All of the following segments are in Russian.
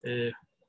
Э,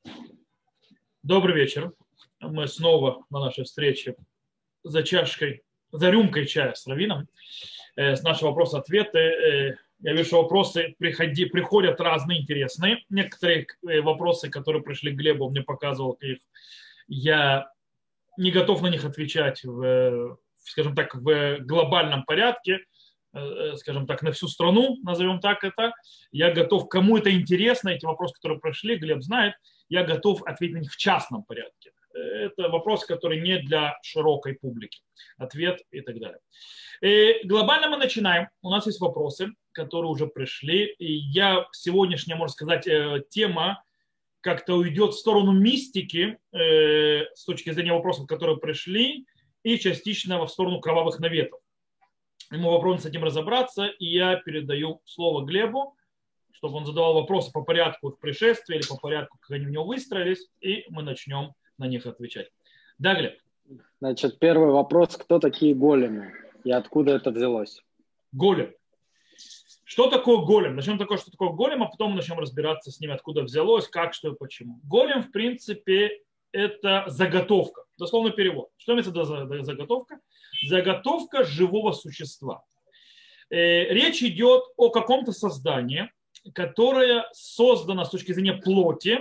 Добрый вечер. Мы снова на нашей встрече за чашкой, за рюмкой чая с раввином. С нашего вопроса-ответы. Я вижу, что вопросы приходят разные, интересные. Некоторые вопросы, которые пришли к Глебу, он мне показывал их. Я не готов на них отвечать скажем так, в глобальном порядке, скажем так, на всю страну, назовем так это. Я готов, кому это интересно, эти вопросы, которые прошли, Глеб знает, я готов ответить на них в частном порядке. Это вопрос, который не для широкой публики. Ответ и так далее. И глобально мы начинаем. У нас есть вопросы, которые уже пришли. И я сегодняшняя, можно сказать, тема как-то уйдет в сторону мистики с точки зрения вопросов, которые пришли, и частично в сторону кровавых наветов. Ему попробуем с этим разобраться, и я передаю слово Глебу, чтобы он задавал вопросы по порядку их пришествия или по порядку, как они в него выстроились, и мы начнем на них отвечать. Да, Глеб? Значит, первый вопрос. Кто такие големы и откуда это взялось? Голем. Что такое голем? Начнем такое, что такое голем, а потом начнем разбираться с ним, откуда взялось, как, что и почему. Голем, в принципе, это заготовка. Дословный перевод. Что имеется в виду за заготовка? Заготовка живого существа. Речь идет о каком-то создании, которое создано с точки зрения плоти,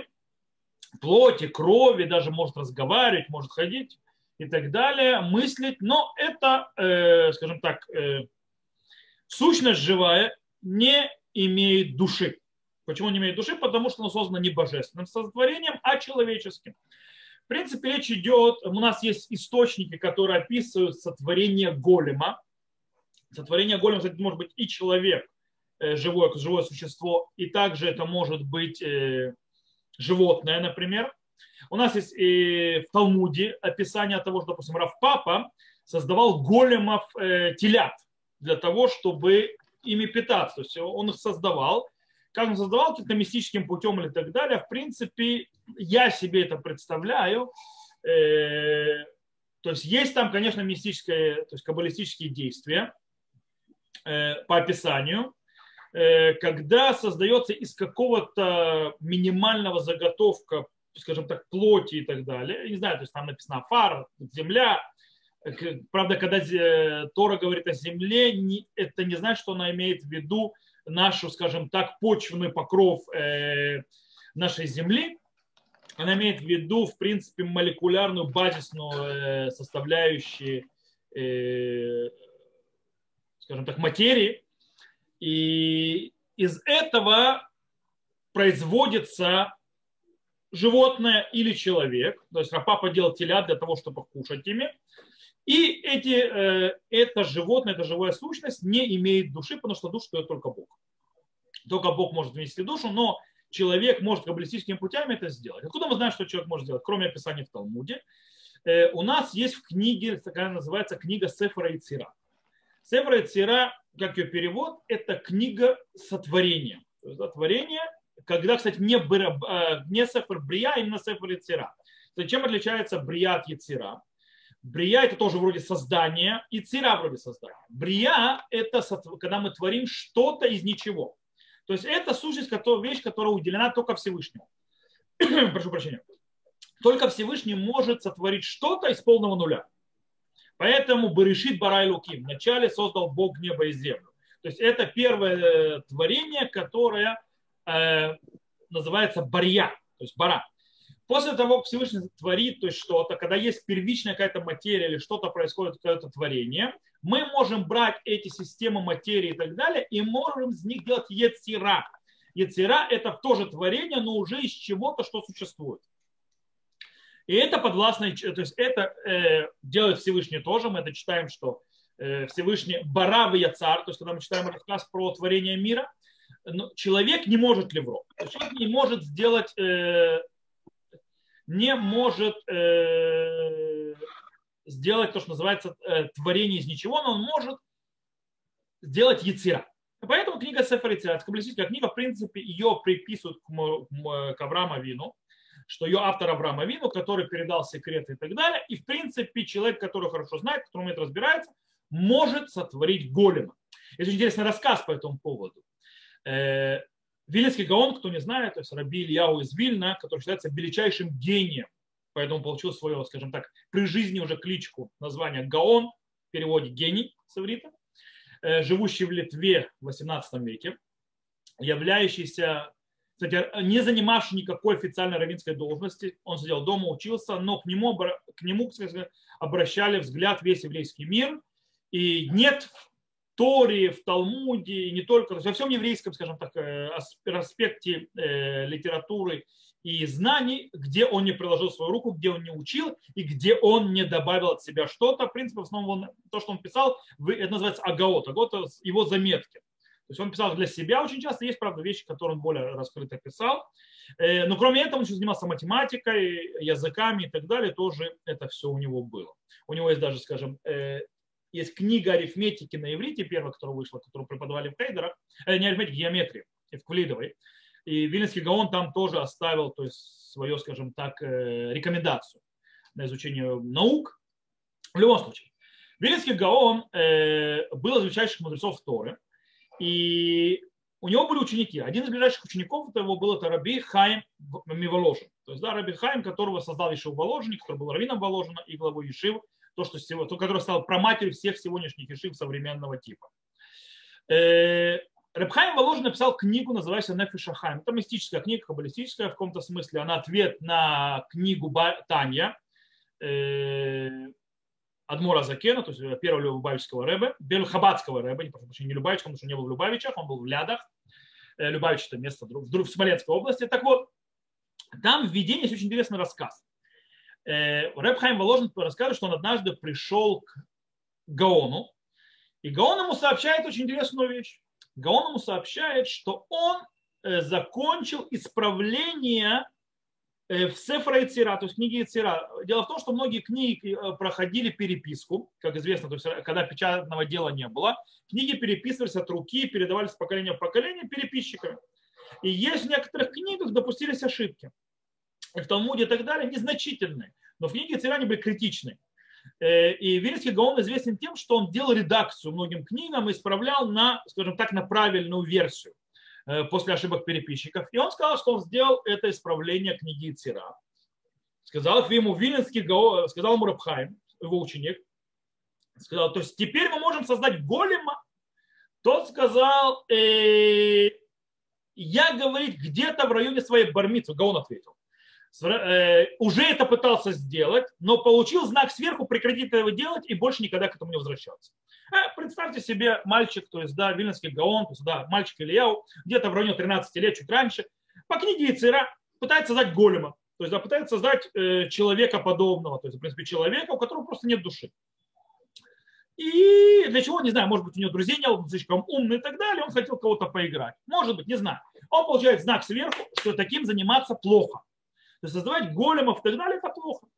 крови, даже может разговаривать, может ходить и так далее, мыслить, но это, скажем так, сущность живая не имеет души. Почему не имеет души? Потому что она создана не божественным сотворением, а человеческим. В принципе, речь идет, у нас есть источники, которые описывают сотворение голема. Сотворение голема, кстати, может быть и человек, живое существо, и также это может быть животное, например. У нас есть и в Талмуде описание того, что, допустим, Рав Папа создавал големов телят для того, чтобы ими питаться. То есть он их создавал. Как он создавал, каким-то мистическим путем или так далее. В принципе, я себе это представляю. То есть там, конечно, мистическое, то есть каббалистические действия по описанию, когда создается из какого-то минимального заготовка, скажем так, плоти и так далее. Я не знаю, то есть там написано фар, земля. Правда, когда Тора говорит о земле, это не значит, что она имеет в виду нашу, скажем так, почвенный покров нашей земли. Она имеет в виду, в принципе, молекулярную, базисную составляющую, скажем так, материи. И из этого производится животное или человек. То есть папа делал телят для того, чтобы кушать ими. И это животное, эта живая сущность не имеет души, потому что душу дает только Бог. Только Бог может внести душу, но человек может каббалистическими путями это сделать. Откуда мы знаем, что человек может сделать? Кроме описания в Талмуде. У нас есть в книге, такая называется книга Сефера Йецира. Сефера Йецира, как ее перевод, это книга сотворения. Сотворение, когда, кстати, не Сефер Брия, а именно Сефер Йецира. Чем отличается Брия от Йецира? Брия – это тоже вроде создания, и цира вроде создания. Брия – это когда мы творим что-то из ничего. То есть это сущность, вещь, которая уделена только Всевышнему. Прошу прощения. Только Всевышний может сотворить что-то из полного нуля. Поэтому Берешит бара Элоким. Вначале создал Бог небо и землю. То есть это первое творение, которое называется барья, то есть бара. После того, как Всевышний творит то есть что-то, когда есть первичная какая-то материя или что-то происходит, какое-то творение, мы можем брать эти системы материи и так далее и можем из них делать ецира. Ецира – это тоже творение, но уже из чего-то, что существует. И это подвластно, то есть это делает Всевышний тоже. Мы это читаем, что Всевышний бара в яцар, то есть когда мы читаем рассказ про творение мира, человек не может левро. Человек не может сделать... не может сделать то, что называется творение из ничего, но он может сделать яцира. Поэтому книга Сефер Йецира, каббалистическая книга, в принципе, ее приписывают к Аврааму Авину, что ее автор Авраам Авину, который передал секреты и так далее. И, в принципе, человек, который хорошо знает, который умеет разбирается, может сотворить голема. Это очень интересный рассказ по этому поводу. Вильнинский Гаон, кто не знает, то есть Раби Ильяу из Вильна, который считается величайшим гением, поэтому получил свою, скажем так, при жизни уже кличку, название Гаон, в переводе гений с иврита, живущий в Литве в 18 веке, являющийся, кстати, не занимавший никакой официальной раввинской должности, он сидел дома, учился, но к нему кстати, обращали взгляд весь еврейский мир, и нет в Торе, в Талмуде, и не только, то есть во всем еврейском, скажем так, аспекте литературы и знаний, где он не приложил свою руку, где он не учил и где он не добавил от себя что-то. В принципе, в основном то, что он писал, это называется агаот. Агаот – это его заметки. То есть он писал для себя очень часто. Есть, правда, вещи, которые он более раскрыто писал. Но кроме этого он еще занимался математикой, языками и так далее. Тоже это все у него было. У него есть даже, скажем, есть книга арифметики на иврите, первая, которая вышла, которую преподавали в Хейдерах, не арифметики, геометрии, в Квлидовой. И Вильнинский Гаон там тоже оставил, то есть, свою, скажем так, рекомендацию на изучение наук. В любом случае, Вильнинский Гаон был из величайших мудрецов Торы, и у него были ученики. Один из ближайших учеников его был это Раби Хаим Миволожин. То есть, да, Раби Хаим, которого создал Ешиву Воложин, который был раввином Воложина и главой Ешивы, который стал праматерью всех сегодняшних ешив современного типа. Реб Хаим Воложин написал книгу, называющуюся Нефеш ха-Хаим. Это мистическая книга, каббалистическая в каком-то смысле. Она ответ на книгу Танья Адмора Закена, то есть первого Любавичского рэбе, Хабадского рэбе, не Любавичского, потому что он не был в Любавичах, он был в Лядах. Любавич – это место в Смоленской области. Так вот, там в введении есть очень интересный рассказ. Реб Хаим Воложин рассказывает, что он однажды пришел к Гаону, и Гаон ему сообщает очень интересную вещь. Гаон ему сообщает, что он закончил исправление в Сефра Ецира, то есть книги Ецира. Дело в том, что многие книги проходили переписку, как известно, то есть когда печатного дела не было. Книги переписывались от руки, передавались с поколения в поколение переписчиками. И есть в некоторых книгах допустились ошибки. И в Талмуде и так далее незначительные. Но в книге Ецира они были критичны. И Вильнинский Гаон известен тем, что он делал редакцию многим книгам и исправлял на, скажем так, на правильную версию после ошибок переписчиков. И он сказал, что он сделал это исправление книги Ецира. Сказал ему Вильнинский Гаон, сказал ему Реб Хаим, его ученик, сказал, то есть теперь мы можем создать голема. Тот сказал, я, говорит, где-то в районе своей бармицы. Гаон ответил. Уже это пытался сделать, но получил знак сверху прекратить это делать и больше никогда к этому не возвращаться. Представьте себе мальчик, то есть, да, Вильнинский Гаон, то есть, да, мальчик Ильяу, где-то в районе 13 лет, чуть раньше, по книге Ецира пытается создать голема, то есть, да, пытается создать человека подобного, то есть, в принципе, человека, у которого просто нет души. И для чего, не знаю, может быть, у него друзей не было, он слишком умный и так далее, он хотел кого-то поиграть. Может быть, не знаю. Он получает знак сверху, что таким заниматься плохо. То есть создавать големов и так далее, это плохо.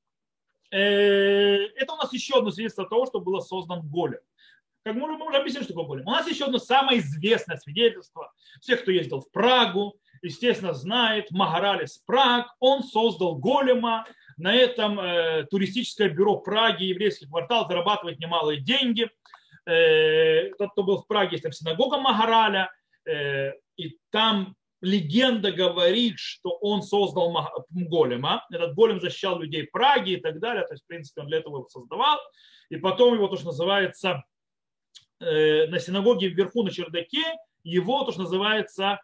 Это у нас еще одно свидетельство того, что было создан голем. Как мы уже объяснили, что такое голем. У нас еще одно самое известное свидетельство. Все, кто ездил в Прагу, естественно, знает Магараль из Праг. Он создал голема. На этом туристическое бюро Праги, еврейский квартал, зарабатывает немалые деньги. Тот, кто был в Праге, есть там синагога Магараля. И там легенда говорит, что он создал голема. Этот голем защищал людей Праги и так далее. То есть, в принципе, он для этого его создавал. И потом его, то, что называется, на синагоге вверху на чердаке, его, то, что называется,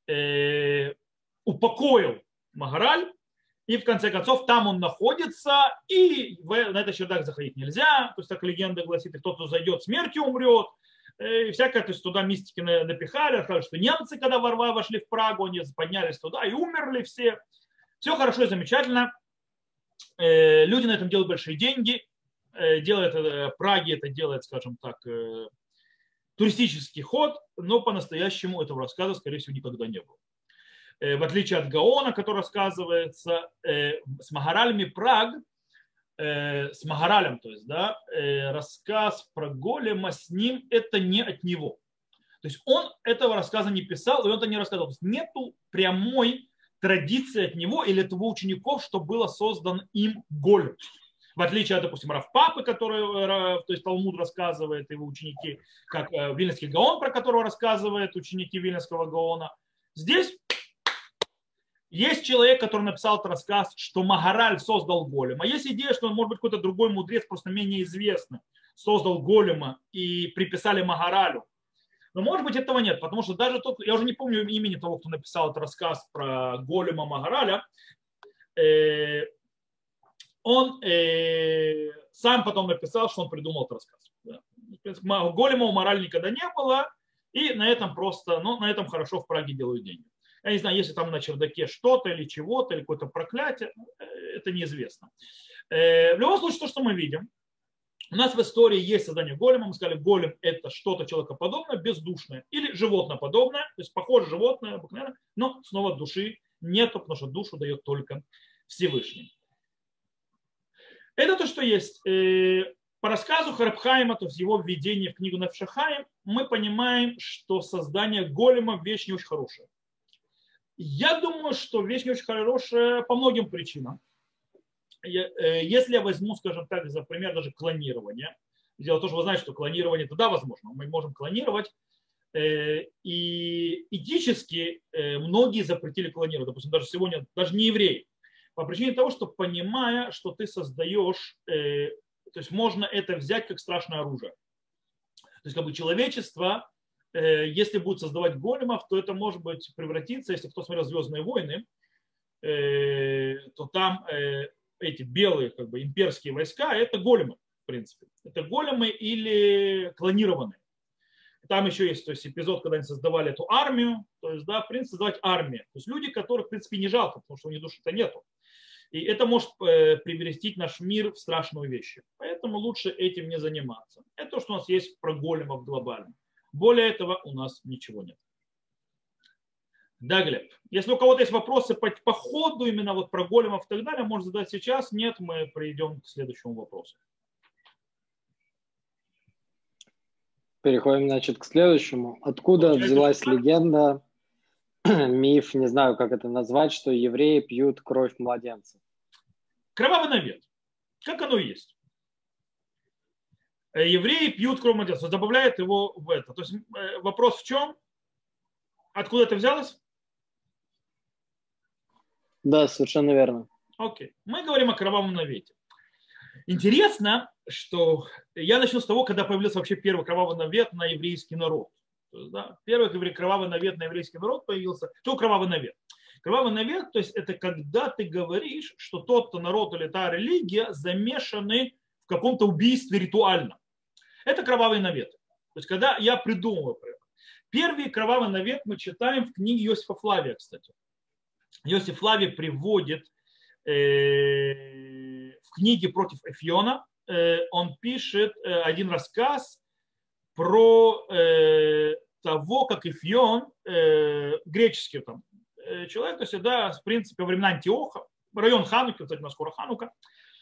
упокоил Магараль. И в конце концов там он находится, и на этот чердак заходить нельзя. То есть, так легенда гласит, и тот, кто зайдет, смертью умрет. И всякое, то есть туда мистики напихали, сказали, что немцы, когда вошли в Прагу, они поднялись туда и умерли все. Все хорошо и замечательно. Люди на этом делают большие деньги. Праге это делает, скажем так, туристический ход, но по-настоящему этого рассказа, скорее всего, никогда не было. В отличие от Гаона, который рассказывается с Магаралями Праг, с Магаралем, то есть, да, рассказ про голема с ним, это не от него. То есть он этого рассказа не писал, и он это не рассказал. То есть нету прямой традиции от него или от его учеников, что было создан им голем. В отличие от, допустим, Рав Папы, который, то есть Талмуд рассказывает, его ученики, как Вильнинский Гаон, про которого рассказывают ученики Вильнинского Гаона. Здесь есть человек, который написал этот рассказ, что Магараль создал голема. Есть идея, что он, может быть, какой-то другой мудрец, просто менее известный, создал голема и приписали Магаралю. Но, может быть, этого нет, потому что даже тот, я уже не помню имени того, кто написал этот рассказ про голема Магараля, он сам потом написал, что он придумал этот рассказ. Голема у Магараля никогда не было, и на этом просто, ну, на этом хорошо в Праге делают деньги. Я не знаю, если там на чердаке что-то или чего-то, или какое-то проклятие, это неизвестно. В любом случае, то, что мы видим, у нас в истории есть создание голема. Мы сказали, голем – это что-то человекоподобное, бездушное или животноподобное, то есть похоже животное обыкновенно, но снова души нету, потому что душу дает только Всевышний. Это то, что есть. По рассказу Харабхайма, то есть его введение в книгу Нефеш хаим, мы понимаем, что создание голема – вещь не очень хорошая. Я думаю, что вещь не очень хорошая по многим причинам. Если я возьму, скажем так, за пример даже клонирование, дело в том, что вы знаете, что клонирование тогда возможно, мы можем клонировать, и этически многие запретили клонировать, допустим, даже сегодня, даже не евреи, по причине того, что понимая, что ты создаешь, то есть можно это взять как страшное оружие. То есть как бы человечество, если будет создавать големов, то это может быть превратиться, если кто смотрел «Звездные войны», то там эти белые как бы, имперские войска – это големы, в принципе. Это големы или клонированные. Там еще есть то есть, эпизод, когда они создавали эту армию, то есть, да, в принципе, создавать армию. То есть люди, которых, в принципе, не жалко, потому что у них души-то нету. И это может превратить наш мир в страшную вещь. Поэтому лучше этим не заниматься. Это то, что у нас есть про големов глобально. Более этого у нас ничего нет. Да, Глеб. Если у кого-то есть вопросы по ходу именно вот про големов и так далее, можно задать сейчас. Нет, мы перейдем к следующему вопросу. Переходим, значит, к следующему. Откуда взялась легенда, миф, не знаю, как это назвать, что евреи пьют кровь младенцев? Кровавый навет. Как оно и есть. Евреи пьют кровь младенцев, добавляют его в это. То есть вопрос в чем? Откуда это взялось? Да, совершенно верно. Окей. Мы говорим о кровавом навете. Интересно, что я начну с того, когда появился вообще первый кровавый навет на еврейский народ. То есть, да, первый кровавый навет на еврейский народ появился. Что кровавый навет? Кровавый навет, то есть это когда ты говоришь, что тот народ или та религия замешаны в каком-то убийстве ритуально. Это кровавый навет. То есть когда я придумываю. Первый кровавый навет мы читаем в книге Иосифа Флавия, кстати. Иосиф Флавий приводит в книге против Эфиона, он пишет один рассказ про того, как Эфион, греческий там, человек, то есть, да, в принципе, во времена Антиоха, район Хануки, кстати, у нас скоро Ханука,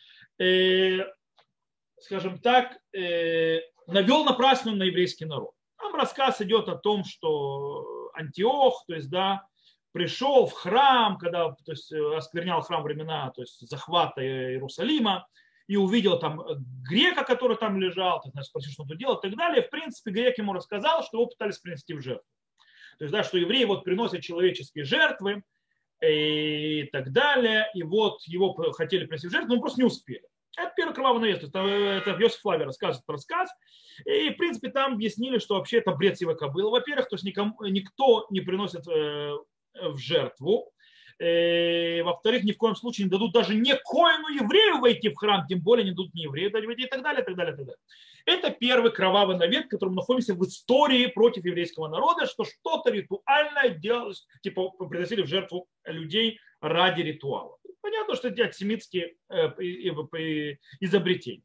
скажем так, навел напрасно на еврейский народ. Там рассказ идет о том, что Антиох, то есть, да, пришел в храм, когда то есть, осквернял храм времена то есть, захвата Иерусалима, и увидел там грека, который там лежал, то есть, спросил, что он тут делал, и так далее. В принципе, грек ему рассказал, что его пытались принести в жертву. То есть, да, что евреи вот приносят человеческие жертвы и так далее, и вот его хотели принести в жертву, но просто не успели. Это первый кровавый навет, это Иосиф Флавий рассказывает этот рассказ, и, в принципе, там объяснили, что вообще это бред сивой кобылы. Во-первых, то есть никто не приносит в жертву. Во-вторых, ни в коем случае не дадут даже не коину еврею войти в храм, тем более не дадут не еврею войти и так далее, и так далее, и так далее. Это первый кровавый навет, в котором мы находимся в истории против еврейского народа, что что-то ритуальное делалось, типа приносили в жертву людей ради ритуала. Понятно, что это антисемитские изобретения.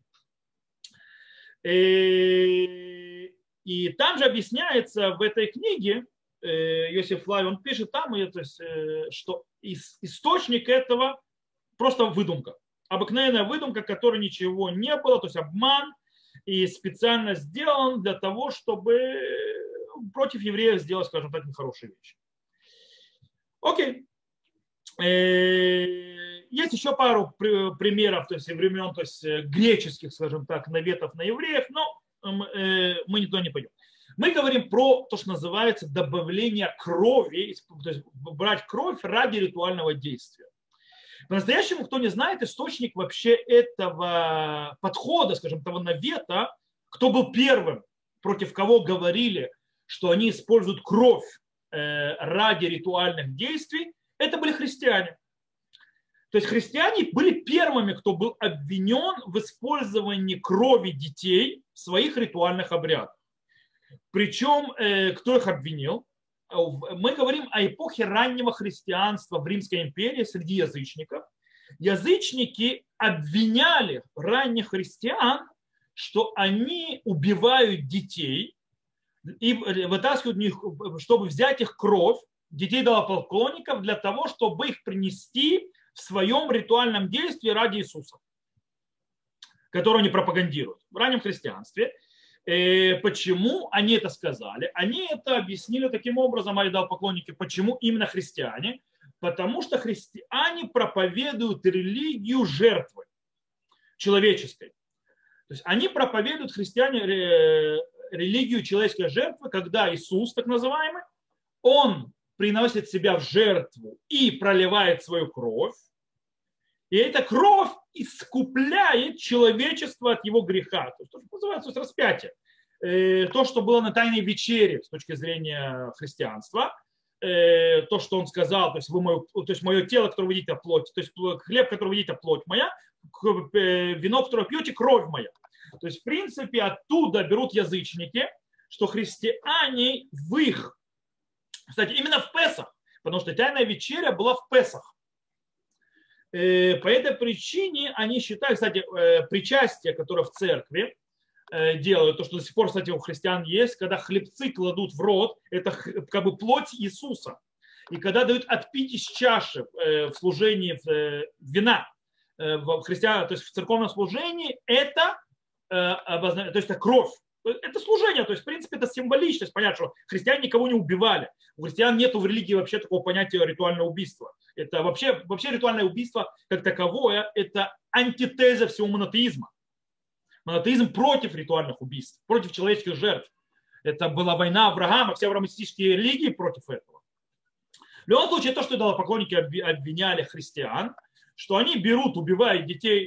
И там же объясняется в этой книге, Иосиф Флавий, он пишет там, то есть, что источник этого просто выдумка. Обыкновенная выдумка, которой ничего не было, то есть обман, и специально сделан для того, чтобы против евреев сделать, скажем так, нехорошие вещи. Окей. Есть еще пару примеров, то есть времен, то есть греческих, скажем так, наветов на евреев, но мы никуда не пойдем. Мы говорим про то, что называется добавление крови, то есть брать кровь ради ритуального действия. По-настоящему, кто не знает, источник вообще этого подхода, скажем, того навета, кто был первым, против кого говорили, что они используют кровь ради ритуальных действий, это были христиане. То есть христиане были первыми, кто был обвинен в использовании крови детей в своих ритуальных обрядах. Причем, кто их обвинил? Мы говорим о эпохе раннего христианства в Римской империи среди язычников. Язычники обвиняли ранних христиан, что они убивают детей и вытаскивают у них, чтобы взять их кровь, детей идолопоклонников, для того, чтобы их принести в своем ритуальном действии ради Иисуса, который они пропагандируют в раннем христианстве. Почему они это сказали? Они это объяснили таким образом, идолопоклонники, почему именно христиане? Потому что христиане проповедуют религию жертвы человеческой. То есть они проповедуют, христиане, религию человеческой жертвы, когда Иисус, так называемый, он приносит себя в жертву и проливает свою кровь. И эта кровь искупляет человечество от его греха. То есть, то, что называется распятие. То, что было на Тайной вечере с точки зрения христианства. То, что он сказал, то есть мое тело, которое вы едите, плоть, то есть хлеб, который вы едите, плоть моя, вино, которое пьете, кровь моя. То есть, в принципе, оттуда берут язычники, что христиане в их, кстати, именно в Песах, потому что Тайная вечеря была в Песах. По этой причине они считают, кстати, причастие, которое в церкви делают, то, что до сих пор, кстати, у христиан есть, когда хлебцы кладут в рот, это как бы плоть Иисуса. И когда дают отпить из чаши в служении вина в христиан, то есть в церковном служении, это, то есть это кровь. Это служение, то есть, в принципе, это символично. То есть, понятно, что христиане никого не убивали. У христиан нет в религии вообще такого понятия ритуального убийства. Это вообще ритуальное убийство как таковое, это антитеза всего монотеизма. Монотеизм против ритуальных убийств, против человеческих жертв. Это была война Авраама, все авраамистические религии против этого. В любом случае, то, что идолопоклонники обвиняли христиан, что они берут, убивают детей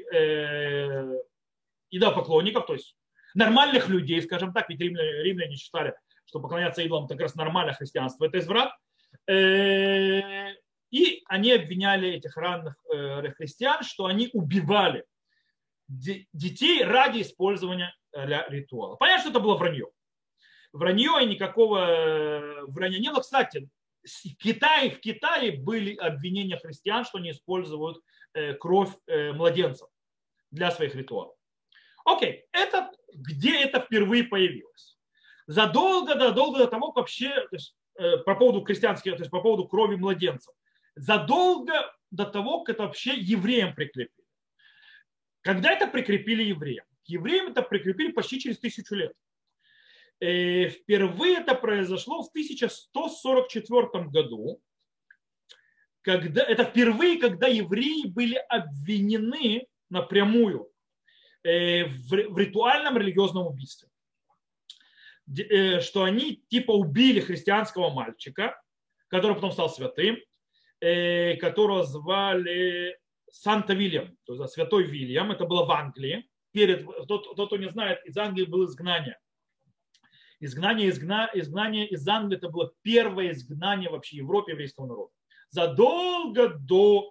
идолопоклонников, то есть нормальных людей, скажем так, ведь римляне считали, что поклоняться идолам это как раз нормальное христианство, это изврат. И они обвиняли этих ранних христиан, что они убивали детей ради использования ритуала. Понятно, что это было вранье. Вранье и никакого вранья не было. Кстати, в Китае были обвинения христиан, что они используют кровь младенцев для своих ритуалов. Окей, это где это впервые появилось? Задолго до того, как вообще, то есть, по поводу крестьянских, то есть по поводу крови младенцев, задолго до того, как это вообще евреям прикрепили. Когда это прикрепили евреям? Евреям это прикрепили почти через 1000 лет. Впервые это произошло в 1144 году. Это впервые, когда евреи были обвинены напрямую в ритуальном религиозном убийстве. Что они типа убили христианского мальчика, который потом стал святым, которого звали Санта-Вильям, то есть святой Вильям. Это было в Англии. Тот, кто не знает, из Англии было изгнание. Изгнание из Англии это было первое изгнание вообще в Европе еврейского народа. Задолго до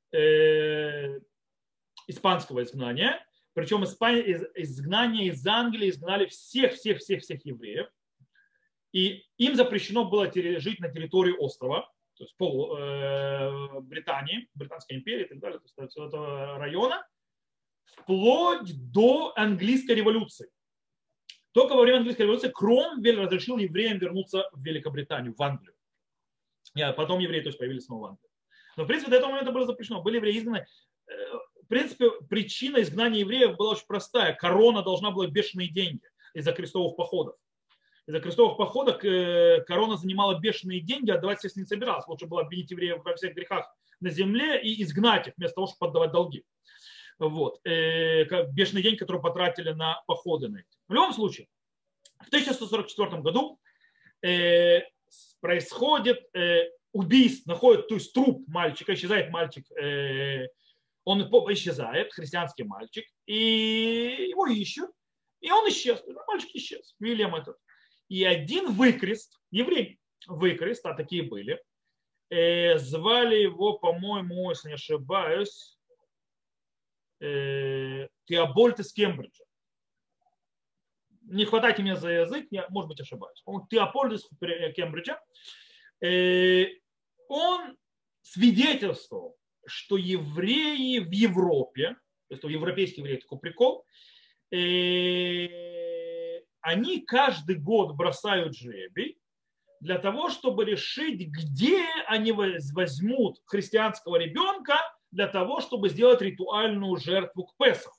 испанского изгнания. Причем изгнание из Англии изгнали всех евреев. И им запрещено было жить на территории острова, то есть Британии, Британской империи и так далее, то есть этого района, вплоть до английской революции. Только во время английской революции Кромвель разрешил евреям вернуться в Великобританию, в Англию. И потом евреи то есть, появились снова в Англии. Но, в принципе, до этого момента было запрещено. Были евреи изгнаны. В принципе, причина изгнания евреев была очень простая. Корона должна была бешеные деньги из-за крестовых походов. Из-за крестовых походов корона занимала бешеные деньги, отдавать, естественно, не собиралась. Лучше было обвинить евреев во всех грехах на земле и изгнать их, вместо того, чтобы отдавать долги. Вот. Бешеный день, который потратили на походы на эти. В любом случае, в 1144 году происходит убийство, находит, то есть труп мальчика, исчезает мальчик, он исчезает, христианский мальчик, и его ищут, и он исчез, мальчик исчез, Вильям этот. И один выкрест, еврей, выкрест, а такие были, звали его, по-моему, если не ошибаюсь, Теобальд из Кембриджа. Не хватайте меня за язык, я, может быть, ошибаюсь. Теобальд из Кембриджа. Он свидетельствовал, что евреи в Европе, то есть европейские евреи, такой прикол, они каждый год бросают жребий для того, чтобы решить, где они возьмут христианского ребенка для того, чтобы сделать ритуальную жертву к Песаху.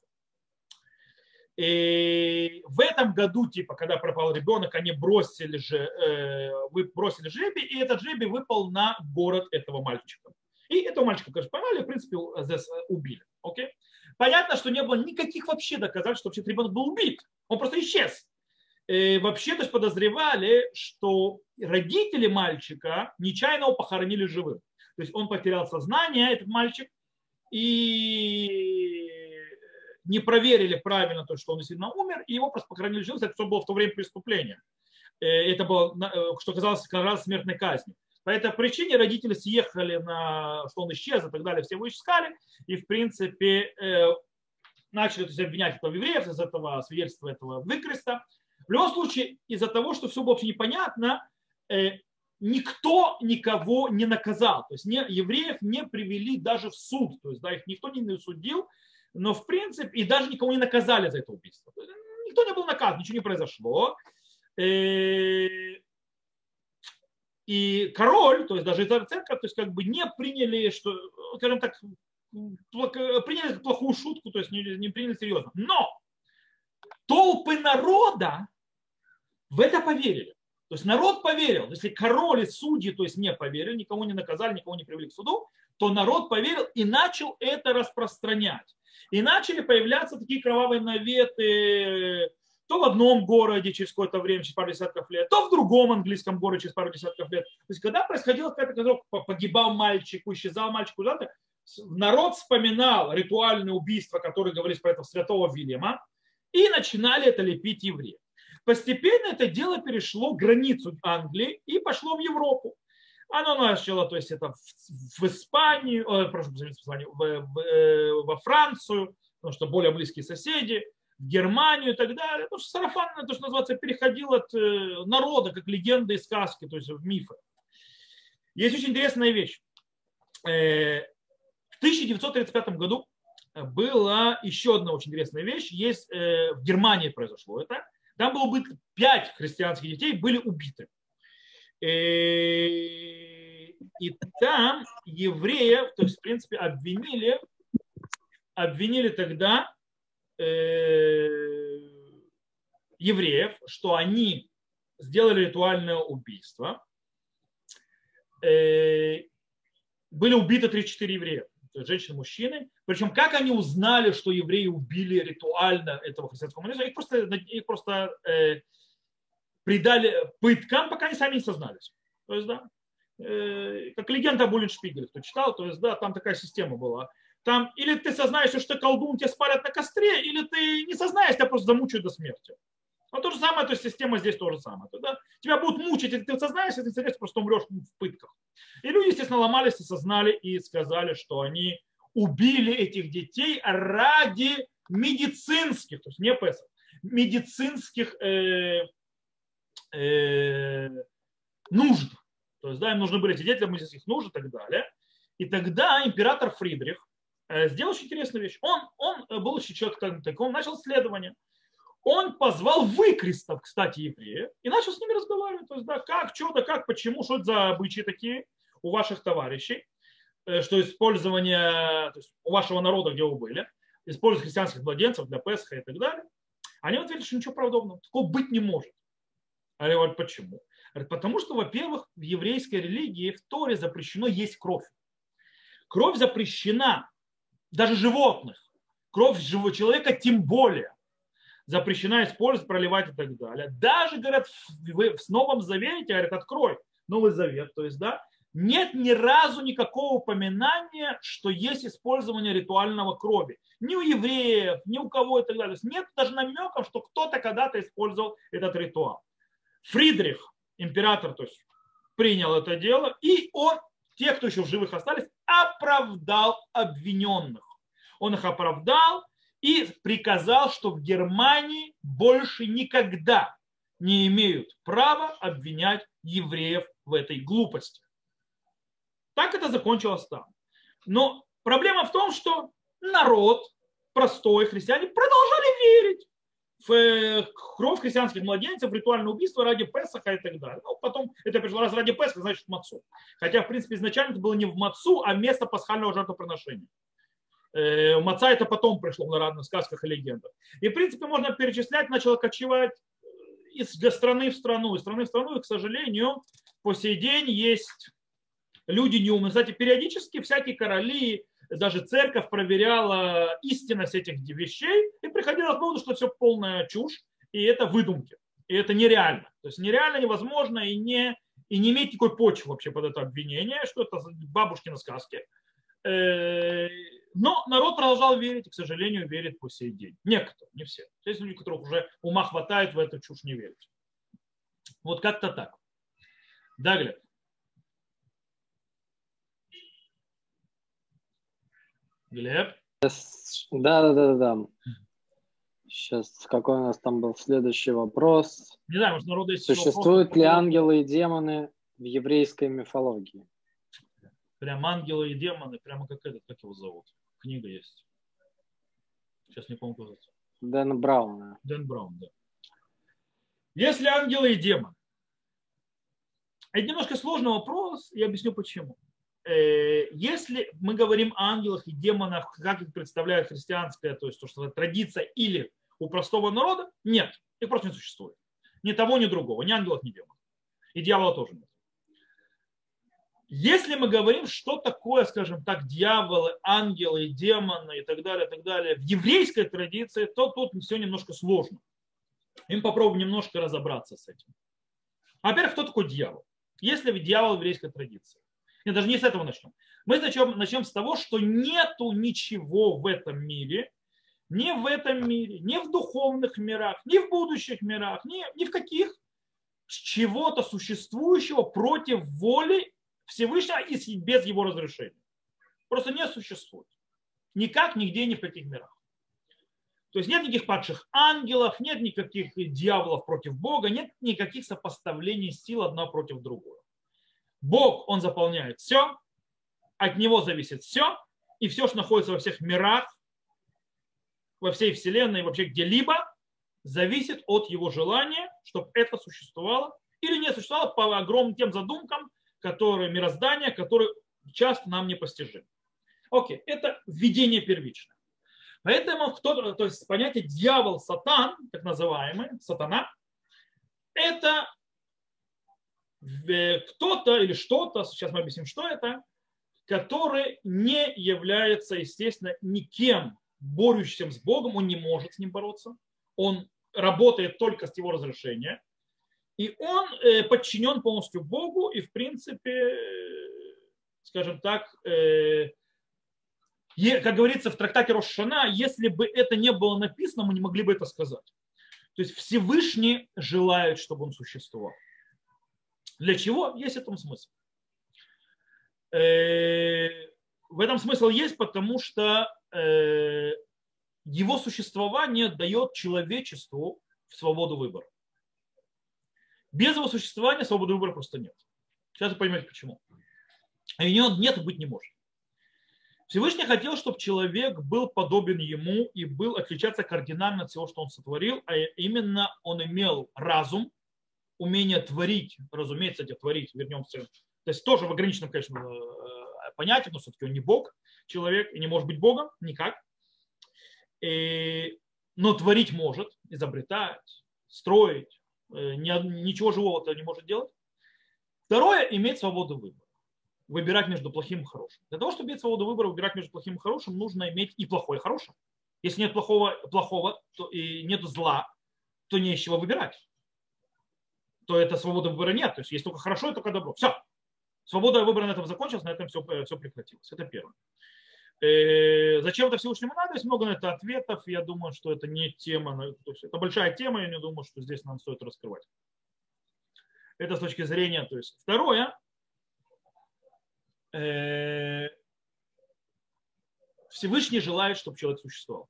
И в этом году, типа, когда пропал ребенок, они бросили жребий, и этот жребий выпал на город этого мальчика. И этого мальчика, конечно, поймали, в принципе, убили. Окей? Понятно, что не было никаких вообще доказательств, что вообще ребенок был убит. Он просто исчез. И вообще, то есть подозревали, что родители мальчика нечаянно его похоронили живым. То есть он потерял сознание, этот мальчик, и не проверили правильно то, что он действительно умер, и его просто похоронили живым. Это было в то время преступление. Это было, что казалось, как раз смертной казни. По этой причине родители съехали на, что он исчез и так далее, все его искали, и в принципе начали, то есть, обвинять этого евреев из этого свидетельства этого выкреста. В любом случае, из-за того, что все было вообще непонятно, никто никого не наказал. То есть евреев не привели даже в суд. То есть да, их никто не судил, но в принципе, и даже никого не наказали за это убийство. Никто не был наказан, ничего не произошло. И король, то есть даже церковь, то есть как бы не приняли, что, скажем так, приняли плохую шутку, то есть не приняли серьезно. Но толпы народа в это поверили. То есть народ поверил. Если король и судьи, то есть не поверили, никого не наказали, никого не привели к суду, то народ поверил и начал это распространять. И начали появляться такие кровавые наветы то в одном городе через какое-то время, через пару десятков лет, то в другом английском городе через пару десятков лет. То есть когда происходило какая-то, когда погибал мальчик, исчезал мальчик куда-то, народ вспоминал ритуальные убийства, которые говорили про этого святого Вильяма, и начинали это лепить евреев. Постепенно это дело перешло границу Англии и пошло в Европу. Оно начало, то есть это в Испанию, во Францию, потому что более близкие соседи, в Германию и так далее. Потому что сарафан, то, что называется, переходил от народа, как легенды и сказки, то есть в мифы. Есть очень интересная вещь. В 1935 году была еще одна очень интересная вещь. Есть, в Германии произошло это. Там было убито 5 христианских детей, были убиты. И там евреев, то есть, в принципе, обвинили тогда евреев, что они сделали ритуальное убийство. Были убиты 34 еврея, то есть женщины, мужчины. Причем как они узнали, что евреи убили ритуально этого христианского мужчину? Их просто предали пыткам, пока они сами не сознались. То есть, да, как легенда об Уллиншпигеле, кто читал, то есть, да, там такая система была. Там или ты сознаешься, что ты колдун, тебя спалят на костре, или ты не сознаешься, тебя просто замучают до смерти. Но то же самое, то есть система здесь то же самое. Да? Тебя будут мучить, если ты сознаешься, если ты просто умрешь в пытках. И люди, естественно, ломались и сознали, и сказали, что они убили этих детей ради медицинских, то есть не Песах, медицинских нужд. То есть, да, им нужны были эти дети для медицинских нужд и так далее. И тогда император Фридрих сделал очень интересную вещь. Он был еще человек такой, он начал исследование. Он позвал выкрестов, кстати, евреев, и начал с ними разговаривать. То есть, да, как, что, да как, почему, что это за обычаи такие у ваших товарищей, что использование, то есть у вашего народа, где вы были, использовать христианских младенцев для Песха и так далее. Они ответили, что ничего подобного, такого быть не может. Они говорят, почему? Говорят, потому что, во-первых, в еврейской религии в Торе запрещено есть кровь. Кровь запрещена, даже животных. Кровь живого человека тем более. запрещена использовать, проливать и так далее. Даже, говорят, в Новом Завете, говорят, открой Новый Завет, то есть, да, нет ни разу никакого упоминания, что есть использование ритуального крови. Ни у евреев, ни у кого и так далее. То есть нет даже намеков, что кто-то когда-то использовал этот ритуал. Фридрих, император, то есть, принял это дело, и он, те, кто еще в живых остались, оправдал обвиненных. Он их оправдал и приказал, что в Германии больше никогда не имеют права обвинять евреев в этой глупости. Так это закончилось там. Но проблема в том, что народ, простой христиане, продолжали верить в кровь христианских младенцев, в ритуальное убийство ради Песаха и так далее. Ну, потом это пришло раз ради Песаха, значит в мацу. Хотя, в принципе, изначально это было не в мацу, а вместо пасхального жертвоприношения. Маца это потом пришло в народных сказках и легендах. И, в принципе, можно перечислять, начало кочевать из страны в страну. Из страны в страну, и, к сожалению, по сей день есть люди неумные. Кстати, периодически всякие короли, даже церковь проверяла истинность этих вещей и приходила к выводу, что все полная чушь, и это выдумки. И это нереально. То есть нереально, невозможно, и не иметь никакой почвы вообще под это обвинение, что это бабушкины сказки. Но народ продолжал верить, и, к сожалению, верит по сей день. Некоторые, не все. Есть люди, которых уже ума хватает в эту чушь не верить. Вот как-то так. Да, Глеб? Глеб? Да. Сейчас, какой у нас там был следующий вопрос? Не знаю, может, народу есть Существуют ли ангелы и демоны в еврейской мифологии? Прям ангелы и демоны, прямо как его зовут? Книга есть. Сейчас не помню, как это. Дэн Браун. Дэн Браун, да. Если ангелы и демоны? Это немножко сложный вопрос, я объясню почему. Если мы говорим о ангелах и демонах, как их представляет христианская, то есть то, что это традиция или у простого народа, нет, их просто не существует. Ни того, ни другого, ни ангелов, ни демонов. И дьявола тоже нет. Если мы говорим, что такое, скажем так, дьяволы, ангелы, демоны и так далее, в еврейской традиции, то тут все немножко сложно. Им попробуем немножко разобраться с этим. Во-первых, кто такой дьявол? Если дьявол в еврейской традиции? Нет, даже не с этого начнем. Мы начнем с того, что нету ничего в этом мире, ни в этом мире, ни в духовных мирах, ни в будущих мирах, ни в каких, чего-то существующего против воли Всевышнего и без его разрешения. Просто не существует. Никак, нигде, ни в каких мирах. То есть нет никаких падших ангелов, нет никаких дьяволов против Бога, нет никаких сопоставлений сил одна против другой. Бог, он заполняет все, от него зависит все, и все, что находится во всех мирах, во всей вселенной, вообще где-либо, зависит от его желания, чтобы это существовало или не существовало по огромным тем задумкам, которые мироздания, которые часто нам непостижимы. Окей, это введение первичное. Поэтому то есть понятие дьявол, сатан, так называемый, сатана, это кто-то или что-то, сейчас мы объясним, что это, который не является, естественно, никем борющимся с Богом, он не может с ним бороться, он работает только с его разрешения, и он подчинен полностью Богу, и в принципе, скажем так, как говорится в трактате Рош ха-Шана, если бы это не было написано, мы не могли бы это сказать. То есть Всевышний желает, чтобы он существовал. Для чего? Есть в этом смысл. В этом смысл есть, потому что его существование дает человечеству свободу выбора. Без его существования свободы выбора просто нет. Сейчас вы поймете почему. А ее нет и быть не может. Всевышний хотел, чтобы человек был подобен ему и был отличаться кардинально от всего, что он сотворил, а именно он имел разум, умение творить, разумеется, творить, вернемся, то есть тоже в ограниченном, конечно, понятии, но все-таки он не Бог, человек, и не может быть Богом никак, но творить может, изобретать, строить, ничего живого-то не может делать. Второе, иметь свободу выбора. Выбирать между плохим и хорошим. Для того, чтобы иметь свободу выбора, выбирать между плохим и хорошим, нужно иметь и плохое, и хорошее. Если нет плохого то, и нет зла, то не из чего выбирать. То это свободы выбора нет. То есть есть только хорошо и только добро. Все. Свобода выбора на этом закончилась, на этом все прекратилось. Это первое. Зачем это Всевышнему надо? Есть много на это ответов. Я думаю, что это не тема. То есть это большая тема, я не думаю, что здесь нам стоит раскрывать. Это с точки зрения. То есть второе. Всевышний желает, чтобы человек существовал.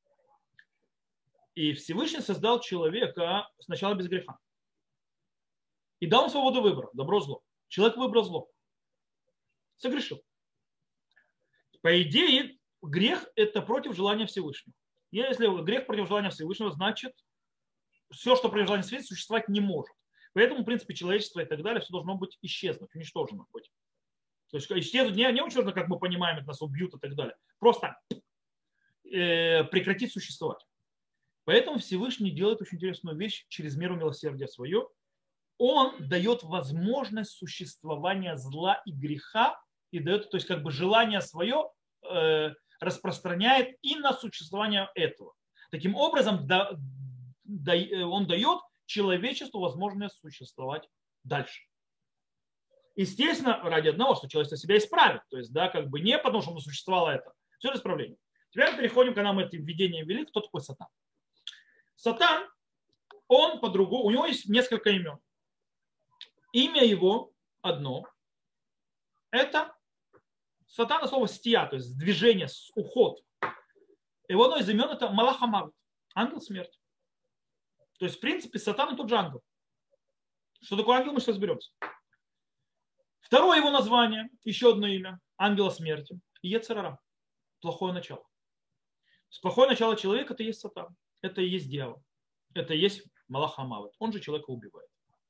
И Всевышний создал человека сначала без греха. И дал ему свободу выбора, добро-зло. Человек выбрал зло. Согрешил. По идее, грех – это против желания Всевышнего. Если грех против желания Всевышнего, значит, все, что против желания Всевышнего, существовать не может. Поэтому, в принципе, человечество и так далее, все должно быть исчезнуть, уничтожено быть. То есть исчезнуть не уничтожено, как мы понимаем, это нас убьют и так далее. Просто прекратить существовать. Поэтому Всевышний делает очень интересную вещь через меру милосердия свое. Он дает возможность существования зла и греха, и дает, то есть как бы желание свое распространяет и на существование этого. Таким образом, он дает человечеству возможность существовать дальше. Естественно, ради одного, что человечество себя исправит. То есть, да, как бы не потому, что оно существовало это. Все это исправление. Теперь переходим, когда мы это введение ввели, кто такой Сатан. Сатан, он по-другому, у него есть несколько имен. Имя его одно. Это Сатана слово стия, то есть движение, уход. Его одно из имен это Малах ха-Мавет, ангел смерти. То есть, в принципе, Сатан тот же ангел. Что такое ангел, мы сейчас разберемся. Второе его название, еще одно имя, ангела смерти, Йецер ара, плохое начало. Плохое начало человека это и есть Сатан, это и есть дьявол, это и есть Малах ха-Мавет, он же человека убивает.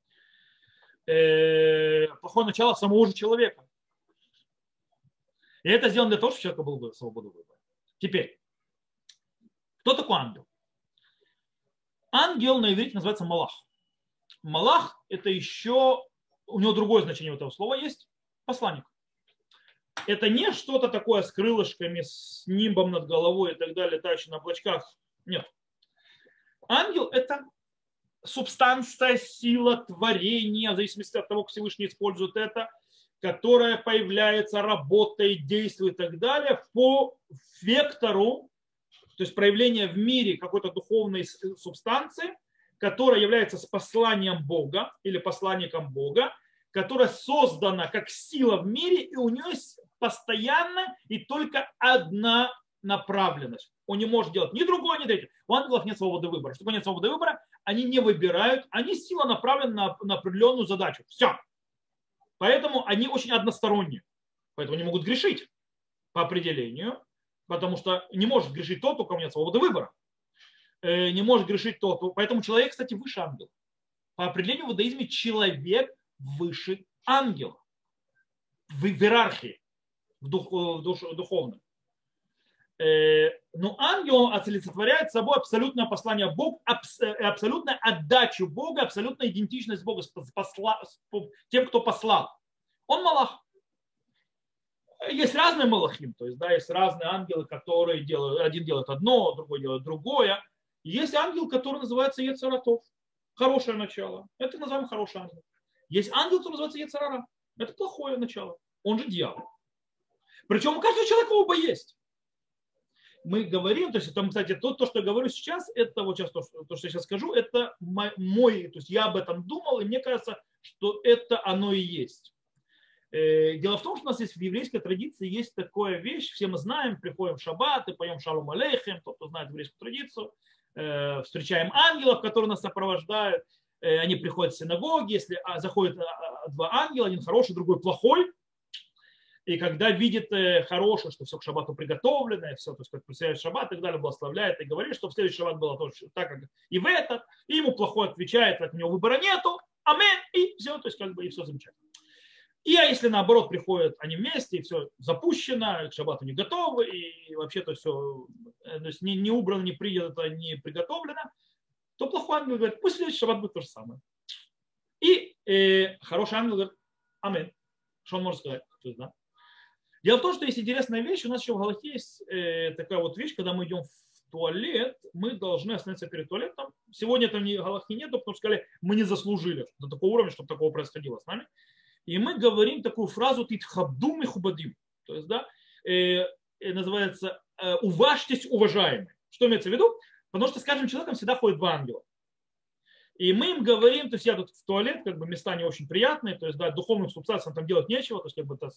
Плохое начало самого же человека. И это сделано для того, чтобы у человека была свобода выбора. Теперь, кто такой ангел? Ангел на иврите называется Малах. Малах это еще, у него другое значение этого слова есть, посланник. Это не что-то такое с крылышками, с нимбом над головой и так далее, летающий на облачках. Нет. Ангел это субстанция, сила, творение, в зависимости от того, как Всевышний использует это, которая появляется, работает, действует и так далее по вектору, то есть проявление в мире какой-то духовной субстанции, которая является посланием Бога или посланником Бога, которая создана как сила в мире, и у нее есть постоянно и только одна направленность. Он не может делать ни другое, ни третье. У ангелов нет свободы выбора. Чтобы нет свободы выбора, они не выбирают, они сила направлена на определенную задачу. Все. Поэтому они очень односторонние. Поэтому они могут грешить по определению, потому что не может грешить тот, у кого нет свободы выбора. Не может грешить тот. Поэтому человек, кстати, выше ангела. По определению в иудаизме человек выше ангела. В иерархии, в духовном. Но ангел олицетворяет собой абсолютное послание Бога, абсолютную отдачу Бога, абсолютная идентичность Бога с тем, кто послал. Он малах. Есть разные малахим, то есть да, есть разные ангелы, которые делают, один делает одно, другой делает другое. Есть ангел, который называется Йецер ара, хорошее начало. Это называем хороший ангел. Есть ангел, который называется Йецер ара. Это плохое начало. Он же дьявол. Причем у каждого человека оба есть. Мы говорим, то есть это, кстати, то, что я говорю сейчас, это вот сейчас то, что я сейчас скажу, это мой, то есть я об этом думал, и мне кажется, что это оно и есть. Дело в том, что у нас есть в еврейской традиции есть такая вещь, все мы знаем, приходим в шаббат и поем шалом алейхем, тот, кто знает еврейскую традицию, встречаем ангелов, которые нас сопровождают, они приходят в синагоги, если заходят два ангела, один хороший, другой плохой, и когда видит хорошее, что все к шаббату приготовлено, и все, то есть как представляет шаббат и так далее, благословляет и говорит, что в следующий шаббат было точно так, как и в этот, и ему плохой отвечает, от него выбора нету, амин, и все, то есть как бы и все замечательно. И если наоборот приходят они вместе, и все запущено, к шаббату не готовы, и вообще-то все то есть не убрано, не принято, не приготовлено, то плохой ангел говорит, пусть следующий шаббат будет то же самое. И хороший ангел говорит, амин. Что он может сказать? То есть, да. Дело в том, что есть интересная вещь, у нас еще в Галахе есть такая вот вещь, когда мы идем туалет, мы должны остановиться перед туалетом. Сегодня там галахи нету, потому что сказали, мы не заслужили до такого уровня, чтобы такого происходило с нами. И мы говорим такую фразу «титхабдум и хубадим». То есть, да, называется «уважьтесь, уважаемые». Что имеется в виду? Потому что с каждым человеком всегда ходят два ангела. И мы им говорим, то есть я тут в туалет, как бы места не очень приятные, то есть да, духовным субстанциям там делать нечего, то есть как бы это,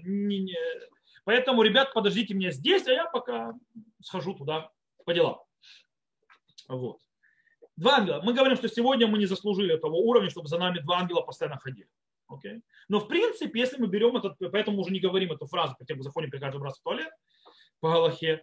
поэтому, ребят, подождите меня здесь, а я пока схожу туда по делам. Вот. Два ангела. Мы говорим, что сегодня мы не заслужили того уровня, чтобы за нами два ангела постоянно ходили. Okay? Но в принципе, если мы берем этот, поэтому уже не говорим эту фразу, хотя бы заходим при каждом раз в туалет по галахе.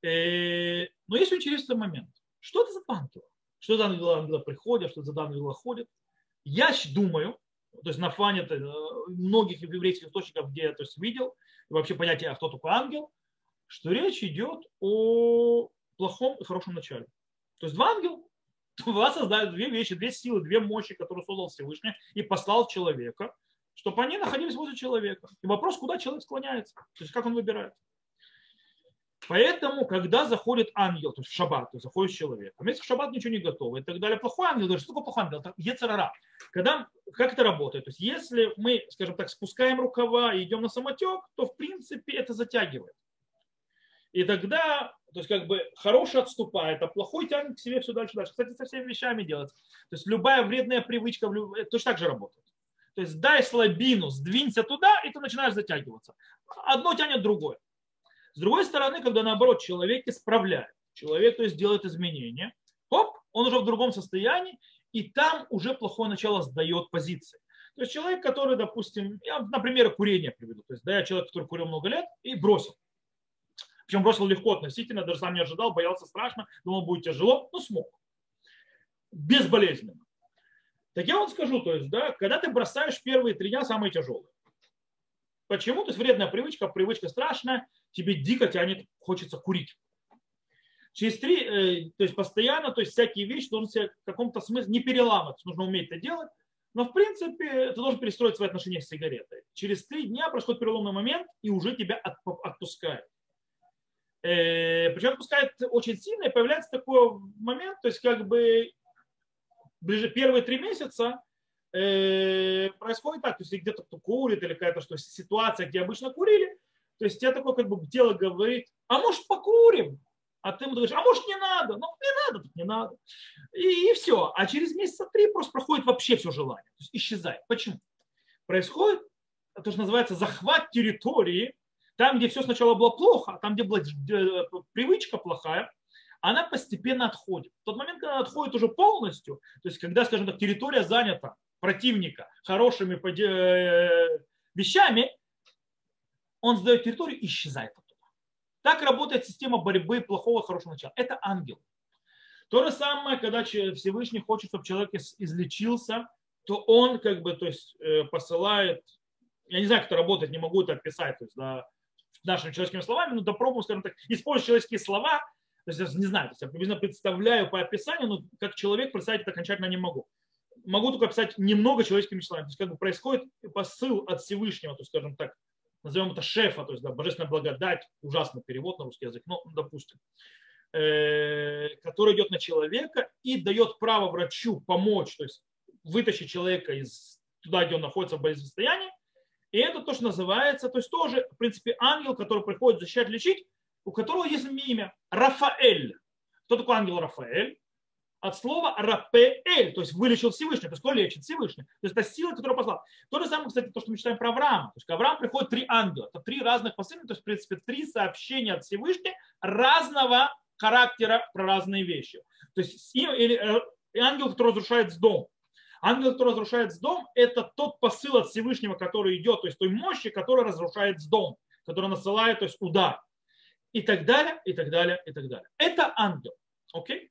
Но есть интересный момент. Что это за ангелы? Что за ангелы приходят, что за ангелы ходят? Я думаю, то есть на фоне многих еврейских источников, где я то есть, видел, и вообще понятие, а кто такой ангел, что речь идет о плохом и хорошем начале. То есть два ангела, два создают две вещи, две силы, две мощи, которые создал Всевышний и послал человека, чтобы они находились возле человека. И вопрос, куда человек склоняется, то есть как он выбирает. Поэтому, когда заходит ангел, то есть в шаббат, то есть заходит человек, если в шаббат ничего не готово и так далее, плохой ангел, говорит, что такое плохой ангел? Это йецер ара. Как это работает? То есть если мы, скажем так, спускаем рукава и идем на самотек, то в принципе это затягивает. И тогда, то есть как бы хороший отступает, а плохой тянет к себе все дальше и дальше. Кстати, со всеми вещами делается. То есть любая вредная привычка точно так же работает. То есть дай слабину, сдвинься туда, и ты начинаешь затягиваться. Одно тянет другое. С другой стороны, когда наоборот человек исправляет, человек то есть делает изменения, хоп, он уже в другом состоянии, и там уже плохое начало сдает позиции. То есть человек, который, допустим, я, например, курение приведу. То есть, да, я человек, который курил много лет и бросил. Причем бросил легко относительно, даже сам не ожидал, боялся страшно, думал, будет тяжело, но смог. Безболезненно. Так я вам скажу, то есть, да, когда ты бросаешь первые 3 дня, самые тяжелые. Почему? То есть вредная привычка страшная, тебе дико тянет, хочется курить. Через 3, то есть постоянно, то есть всякие вещи должен себя в каком-то смысле не переламывать, нужно уметь это делать, но в принципе ты должен перестроить свои отношения с сигаретой. Через 3 дня происходит переломный момент и уже тебя отпускает. Причем отпускает очень сильно и появляется такой момент, то есть как бы ближе первые 3 месяца происходит так, то есть где-то кто курит или какая-то что, ситуация, где обычно курили, то есть тебе такое как бы тело говорит, а может покурим? А ты ему говоришь, а может не надо? Ну не надо, так не надо. И все. А через месяца 3 просто проходит вообще все желание. То есть исчезает. Почему? Происходит то, что называется захват территории, там, где все сначала было плохо, там, где была привычка плохая, она постепенно отходит. В тот момент, когда она отходит уже полностью, то есть когда, скажем так, территория занята противника хорошими вещами, он сдает территорию и исчезает оттуда. Так работает система борьбы плохого и хорошего начала. Это ангел. То же самое, когда Всевышний хочет, чтобы человек излечился, то он как бы, то есть, посылает, я не знаю, как это работает, не могу это описать, то есть, да, нашими человеческими словами, но допробуем, скажем так, использовать человеческие слова, то есть, я не знаю, то есть, я приблизительно представляю по описанию, но как человек представить это окончательно не могу. Могу только описать немного человеческими словами. То есть, как бы происходит посыл от Всевышнего, то есть, скажем так, назовем это шефа, то есть, да, божественная благодать, ужасный перевод на русский язык, ну, допустим, который идет на человека и дает право врачу помочь, то есть вытащить человека из туда, где он находится в болезненном состоянии. И это то, что называется, то есть тоже, в принципе, ангел, который приходит защищать, лечить, у которого есть имя Рафаэль. Кто такой ангел Рафаэль? От слова Рапеэль, то есть вылечил Всевышний, то есть кто лечит Всевышний. То есть это сила, которую послал. То же самое, кстати, то, что мы читаем про Авраама. То есть к Аврааму приходят 3 ангела. Это 3 разных посыльных, то есть, в принципе, 3 сообщения от Всевышнего разного характера про разные вещи. То есть ангел, который разрушает дом. Ангел, который разрушает дом, это тот посыл от Всевышнего, который идет, то есть той мощи, которая разрушает дом, которая насылает, то есть удар. И так далее, и так далее, и так далее. Это ангел. Окей?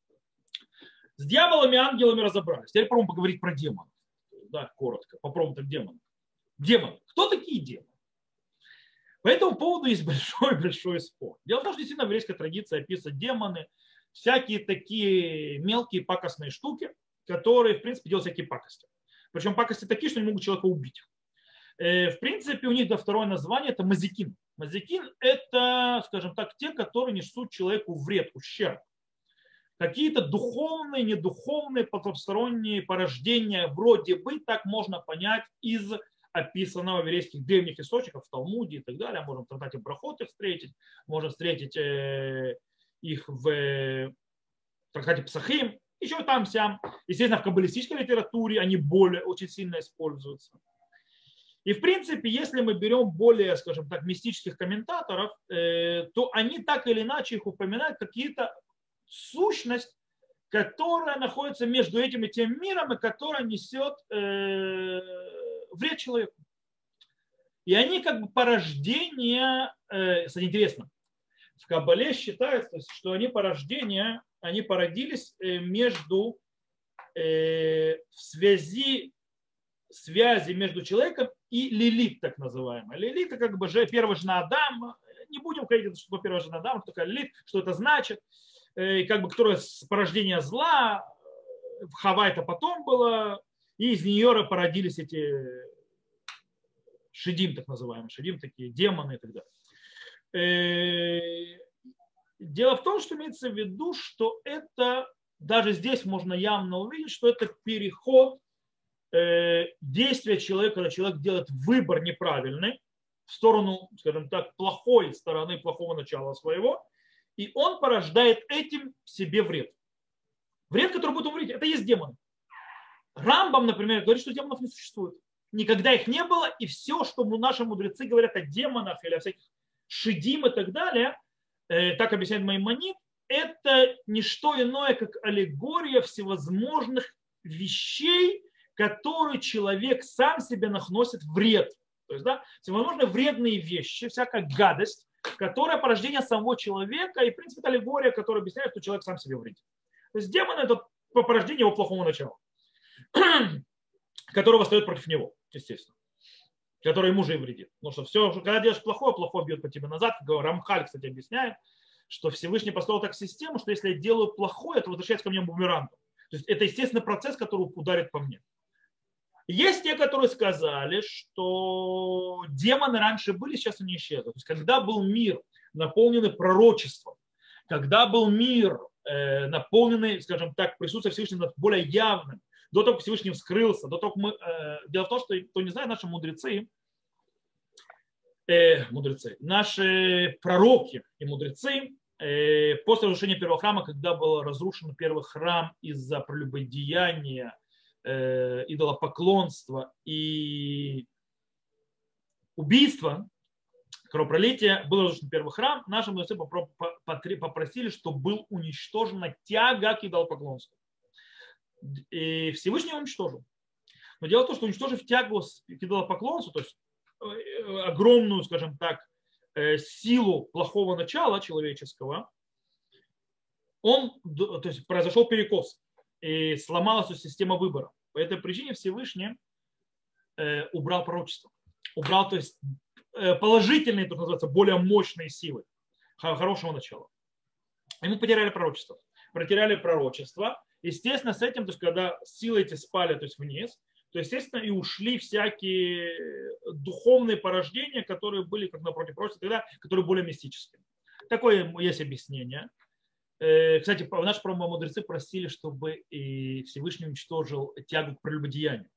С дьяволами и ангелами разобрались. Теперь попробуем поговорить про демонов. Да, коротко. Попробуем так демонов. Демоны. Кто такие демоны? По этому поводу есть большой-большой спор. Дело в том, что действительно в еврейской традиции описывают демоны, всякие такие мелкие пакостные штуки, которые, в принципе, делают всякие пакости. Причем пакости такие, что не могут человека убить. В принципе, у них второе название – это мазикин. Мазикин – это, скажем так, те, которые несут человеку вред, ущерб. Какие-то духовные, недуховные, потусторонние порождения вроде бы, так можно понять из описанного в еврейских древних источниках, в Талмуде и так далее. Можем в трактате Брахот их встретить, можно встретить их в трактате Псахим, еще там-сям. Естественно, в каббалистической литературе они более очень сильно используются. И в принципе, если мы берем более, скажем так, мистических комментаторов, то они так или иначе их упоминают какие-то сущность, которая находится между этим и тем миром, и которая несет вред человеку. И они как бы порождение, кстати, интересно, в Каббале считается, что они порождение, они породились между связи между человеком и Лилит, так называемая. Лилит это как бы первая жена Адама. Не будем говорить, что первая жена Адама, кто такая Лилит, что это значит. И как бы, которая с порождения зла, Хава это потом было, и из нее породились эти шедим, так называемые, шедим такие демоны и так далее. Дело в том, что имеется в виду, что это, даже здесь можно явно увидеть, что это переход действия человека, когда человек делает выбор неправильный в сторону, скажем так, плохой стороны, плохого начала своего, и он порождает этим себе вред. Вред, который будет умереть, это есть демоны. Рамбам, например, говорит, что демонов не существует. Никогда их не было, и все, что наши мудрецы говорят о демонах или о всяких шедим и так далее, так объясняет Маймонид, это не что иное, как аллегория всевозможных вещей, которые человек сам себе наносит вред. То есть, да, всевозможные вредные вещи, всякая гадость, которая порождение самого человека, и, в принципе, это аллегория, которая объясняет, что человек сам себе вредит. То есть демон – это порождение его плохого начала, которое восстает против него, естественно, которое ему же и вредит. Потому что все, когда делаешь плохое, плохое бьет по тебе назад. Рамхаль, кстати, объясняет, что Всевышний построил так систему, что если я делаю плохое, это возвращается ко мне бумерангом. То есть это естественный процесс, который ударит по мне. Есть те, которые сказали, что демоны раньше были, сейчас они исчезли. То есть когда был мир, наполненный пророчеством, когда был мир, наполненный, скажем так, присутствием Всевышнего более явным, до того, как Всевышний вскрылся, до того, как мы... Дело в том, что, кто не знает, наши наши пророки и мудрецы, после разрушения первого храма, когда был разрушен первый храм из-за прелюбодеяния, идолопоклонства и убийства, кровопролития, был разрушен первый храм, наши мудрецы попросили, чтобы был уничтожена тяга к идолопоклонству. И Всевышний уничтожил. Но дело в том, что уничтожив тягу к идолопоклонству, то есть огромную, скажем так, силу плохого начала человеческого, то есть произошел перекос. И сломалась система выбора. По этой причине Всевышний убрал пророчество. Убрал, то есть положительные, то называется, более мощные силы хорошего начала. И мы потеряли пророчество. Потеряли пророчество. Естественно, с этим, то есть когда силы эти спали, то есть вниз, то естественно и ушли всякие духовные порождения, которые были как напротив пророчества, тогда, которые более мистические. Такое есть объяснение. Кстати, наши мудрецы просили, чтобы и Всевышний уничтожил тягу к прелюбодеянию.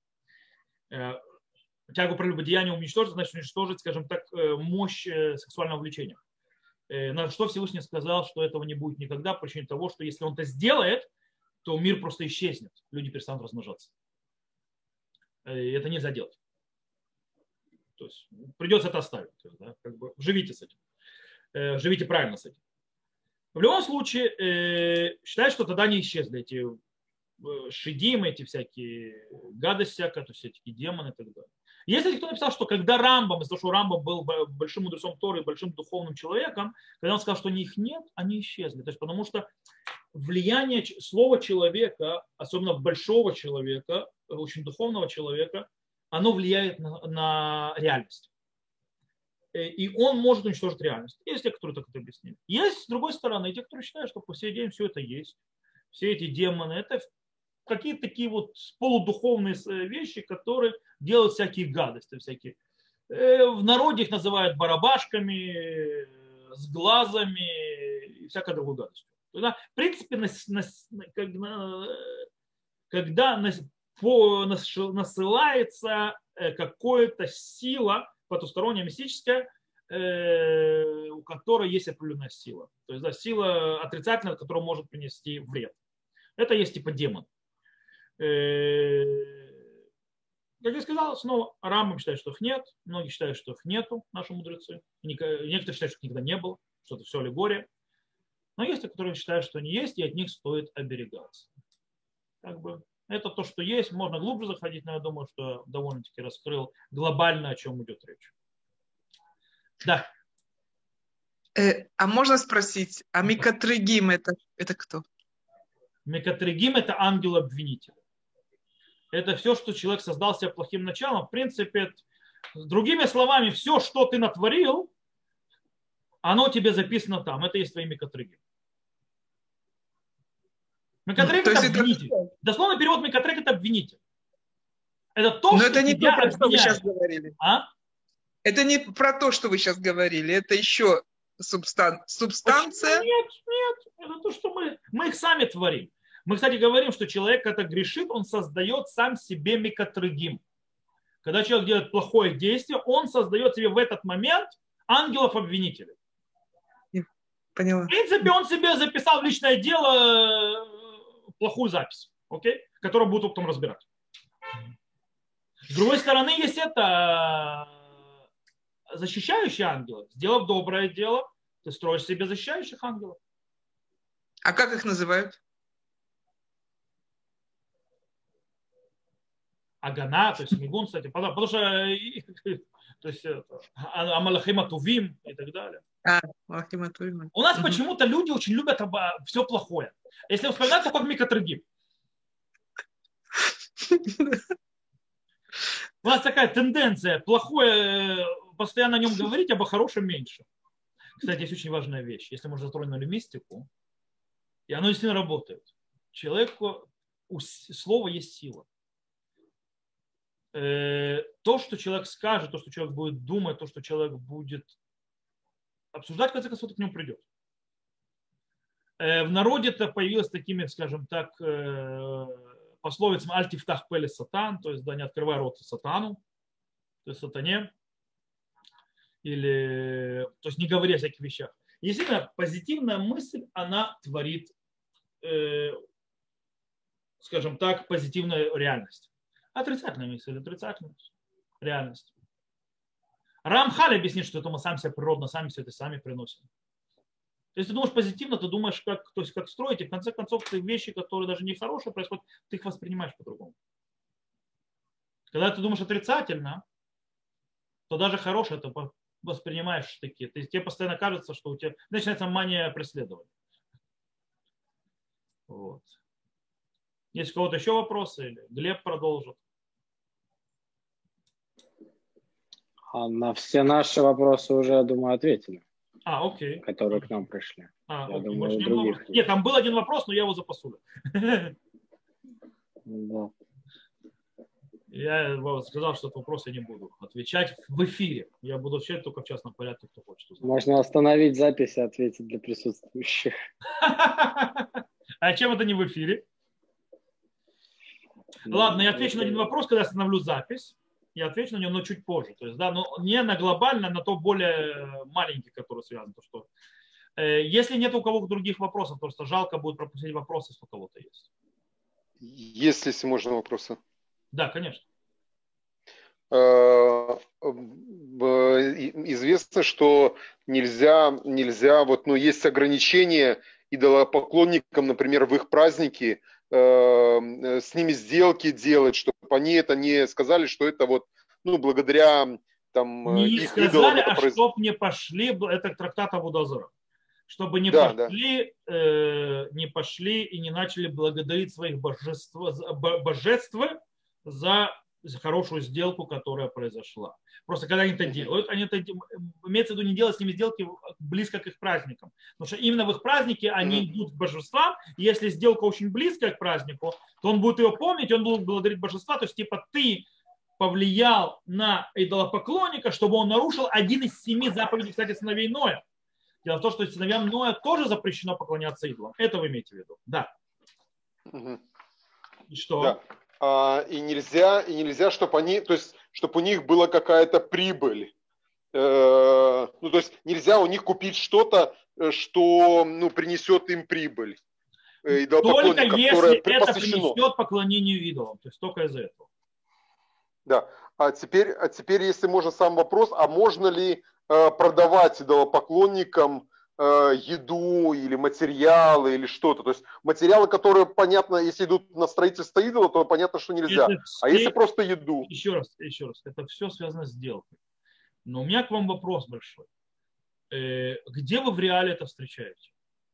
Тягу к прелюбодеянию уничтожить, значит уничтожить, скажем так, мощь сексуального влечения. На что Всевышний сказал, что этого не будет никогда, по причине того, что если он это сделает, то мир просто исчезнет, люди перестанут размножаться. И это нельзя делать. То есть придется это оставить. То есть, да, как бы живите с этим. Живите правильно с этим. В любом случае, считают, что тогда не исчезли эти шедимы, эти всякие гадости, всякие, то есть всякие демоны и так далее. Если кто написал, что когда Рамбам, из-за того, что Рамбам был большим мудрецом Торы, большим духовным человеком, когда он сказал, что их нет, они исчезли. То есть потому что влияние слова человека, особенно большого человека, очень духовного человека, оно влияет на реальность. И он может уничтожить реальность. Есть те, которые так это объяснили. Есть, с другой стороны, те, которые считают, что по сей день все это есть. Все эти демоны, это какие-то такие вот полудуховные вещи, которые делают всякие гадости, всякие В народе их называют барабашками, с глазами и всякой другой гадостью. В принципе, когда насылается какая-то сила потусторонняя, мистическая, у которой есть определенная сила. То есть да, сила отрицательная, которая может принести вред. Это есть типа демон. Как я сказал, снова Рамбам считает, что их нет. Многие считают, что их нету, наши мудрецы. Некоторые считают, что их никогда не было, что это все аллегория. Но есть те, которые считают, что они есть, и от них стоит оберегаться. Как бы это то, что есть. Можно глубже заходить, но я думаю, что довольно-таки раскрыл глобально, о чем идет речь. Да. А можно спросить, а Микатрегим это кто? Микатрегим – это ангел-обвинитель. Это все, что человек создал себе плохим началом. В принципе, другими словами, все, что ты натворил, оно тебе записано там. Это есть твои Микатрегим. Микатрек – это обвинитель. Дословный перевод Микатрек – это обвинитель. Это то, но что это не тебя то, про что вы обвиняет. сейчас говорили. А? Это не про то, что вы сейчас говорили. Это еще субстанция. Нет. Это то, что мы их сами творим. Мы, кстати, говорим, что человек, когда грешит, он создает сам себе микатрегим. Когда человек делает плохое действие, он создает себе в этот момент ангелов-обвинителей. Поняла. В принципе, он себе записал в личное дело плохую запись, которую будут потом разбирать. С другой стороны, есть это защищающие ангелы. Сделав доброе дело, ты строишь себе защищающих ангелов. А как их называют? Агана, то есть мигун, кстати, потому что то есть, Амалахим Атувим и так далее. Малахим Атувим. У нас почему-то люди очень любят все плохое. Если вспоминать, то как Микатрегим. У нас такая тенденция плохое, постоянно о нем говорить, об хорошем меньше. Кстати, есть очень важная вещь. Если мы затронули мистику, и оно действительно работает. Человеку у слова есть сила. То, что человек скажет, то, что человек будет думать, то, что человек будет обсуждать, в конце концов, к нему придет. В народе это появилось такими, скажем так, пословицами «Аль-тифтах пеле сатан», то есть да, не открывай рот сатану, то есть сатане, или, то есть не говори о всяких вещах. Естественно, позитивная мысль, она творит, скажем так, позитивную реальность. Отрицательная мысль, отрицательная реальность. Рамхаль объяснит, что это мы сами себе природно, сами все это сами приносим. Если ты думаешь позитивно, ты думаешь, как строить, и в конце концов, ты вещи, которые даже не хорошие происходят, ты их воспринимаешь по-другому. Когда ты думаешь отрицательно, то даже хорошее ты воспринимаешь такие. Тебе постоянно кажется, что у тебя начинается мания преследования. Вот. Есть у кого-то еще вопросы? Или Глеб продолжит? На все наши вопросы уже, я думаю, ответили. Окей. Которые к нам пришли. Я думаю, у других нет, там был один вопрос, но я его запасу. Да. Я сказал, что этот вопрос я не буду отвечать в эфире. Я буду отвечать только в частном порядке, кто хочет узнать. Можно остановить запись и ответить для присутствующих. А чем это не в эфире? Ладно, я отвечу на один вопрос, когда остановлю запись. Я отвечу на него, но чуть позже. То есть, да, но не на глобально, на то более маленький, который связан. То, что, если нет у кого других вопросов, просто жалко будет пропустить вопросы, если у кого-то есть. Если можно вопросы. Да, конечно. Известно, что нельзя вот, ну, есть ограничения идолопоклонникам, например, в их праздники, с ними сделки делать, чтобы они это не сказали, что это вот, ну, благодаря там не их сказали, идолам это происходит. Чтоб не пошли, это трактат Абу-Дазара. Чтобы не пошли и не начали благодарить своих божеств за хорошую сделку, которая произошла. Просто когда они это делают, имеется в виду не делать с ними сделки близко к их праздникам. Потому что именно в их празднике они идут к божествам, и если сделка очень близкая к празднику, то он будет ее помнить, он будет благодарить божества. То есть типа ты повлиял на идолопоклонника, чтобы он нарушил один из 7 заповедей, кстати, сыновей Ноя. Дело в том, что сыновьям Ноя тоже запрещено поклоняться идолам. Это вы имеете в виду? Да. Угу. И что? Да. И нельзя, чтобы они, то есть, чтобы у них была какая-то прибыль. То есть нельзя у них купить что-то, что принесет им прибыль. Только если это принесет поклонению идолам. То есть только из-за этого. Да. А теперь, если можно, сам вопрос, а можно ли продавать идолопоклонникам еду или материалы или что-то? То есть материалы, которые, понятно, если идут на строительство идола, то понятно, что нельзя. А если просто еду? Еще раз. Это все связано с сделкой. Но у меня к вам вопрос большой. Где вы в реале это встречаете?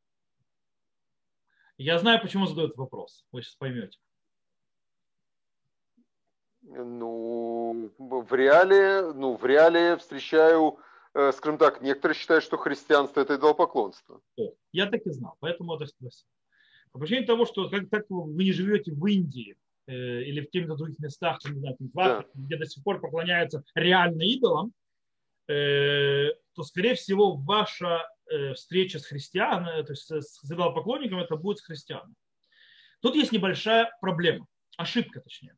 Я знаю, почему задают вопрос. Вы сейчас поймете. В реале встречаю, скажем так, некоторые считают, что христианство это идолопоклонство. Я так и знал, поэтому это спросил. По причине того, что как вы не живете в Индии или в каких-то других местах, не знаю, в Африке, где до сих пор поклоняются реально идолам, то, скорее всего, ваша встреча с христианами, то есть с идолопоклонником, это будет с христианами. Тут есть небольшая проблема, ошибка точнее.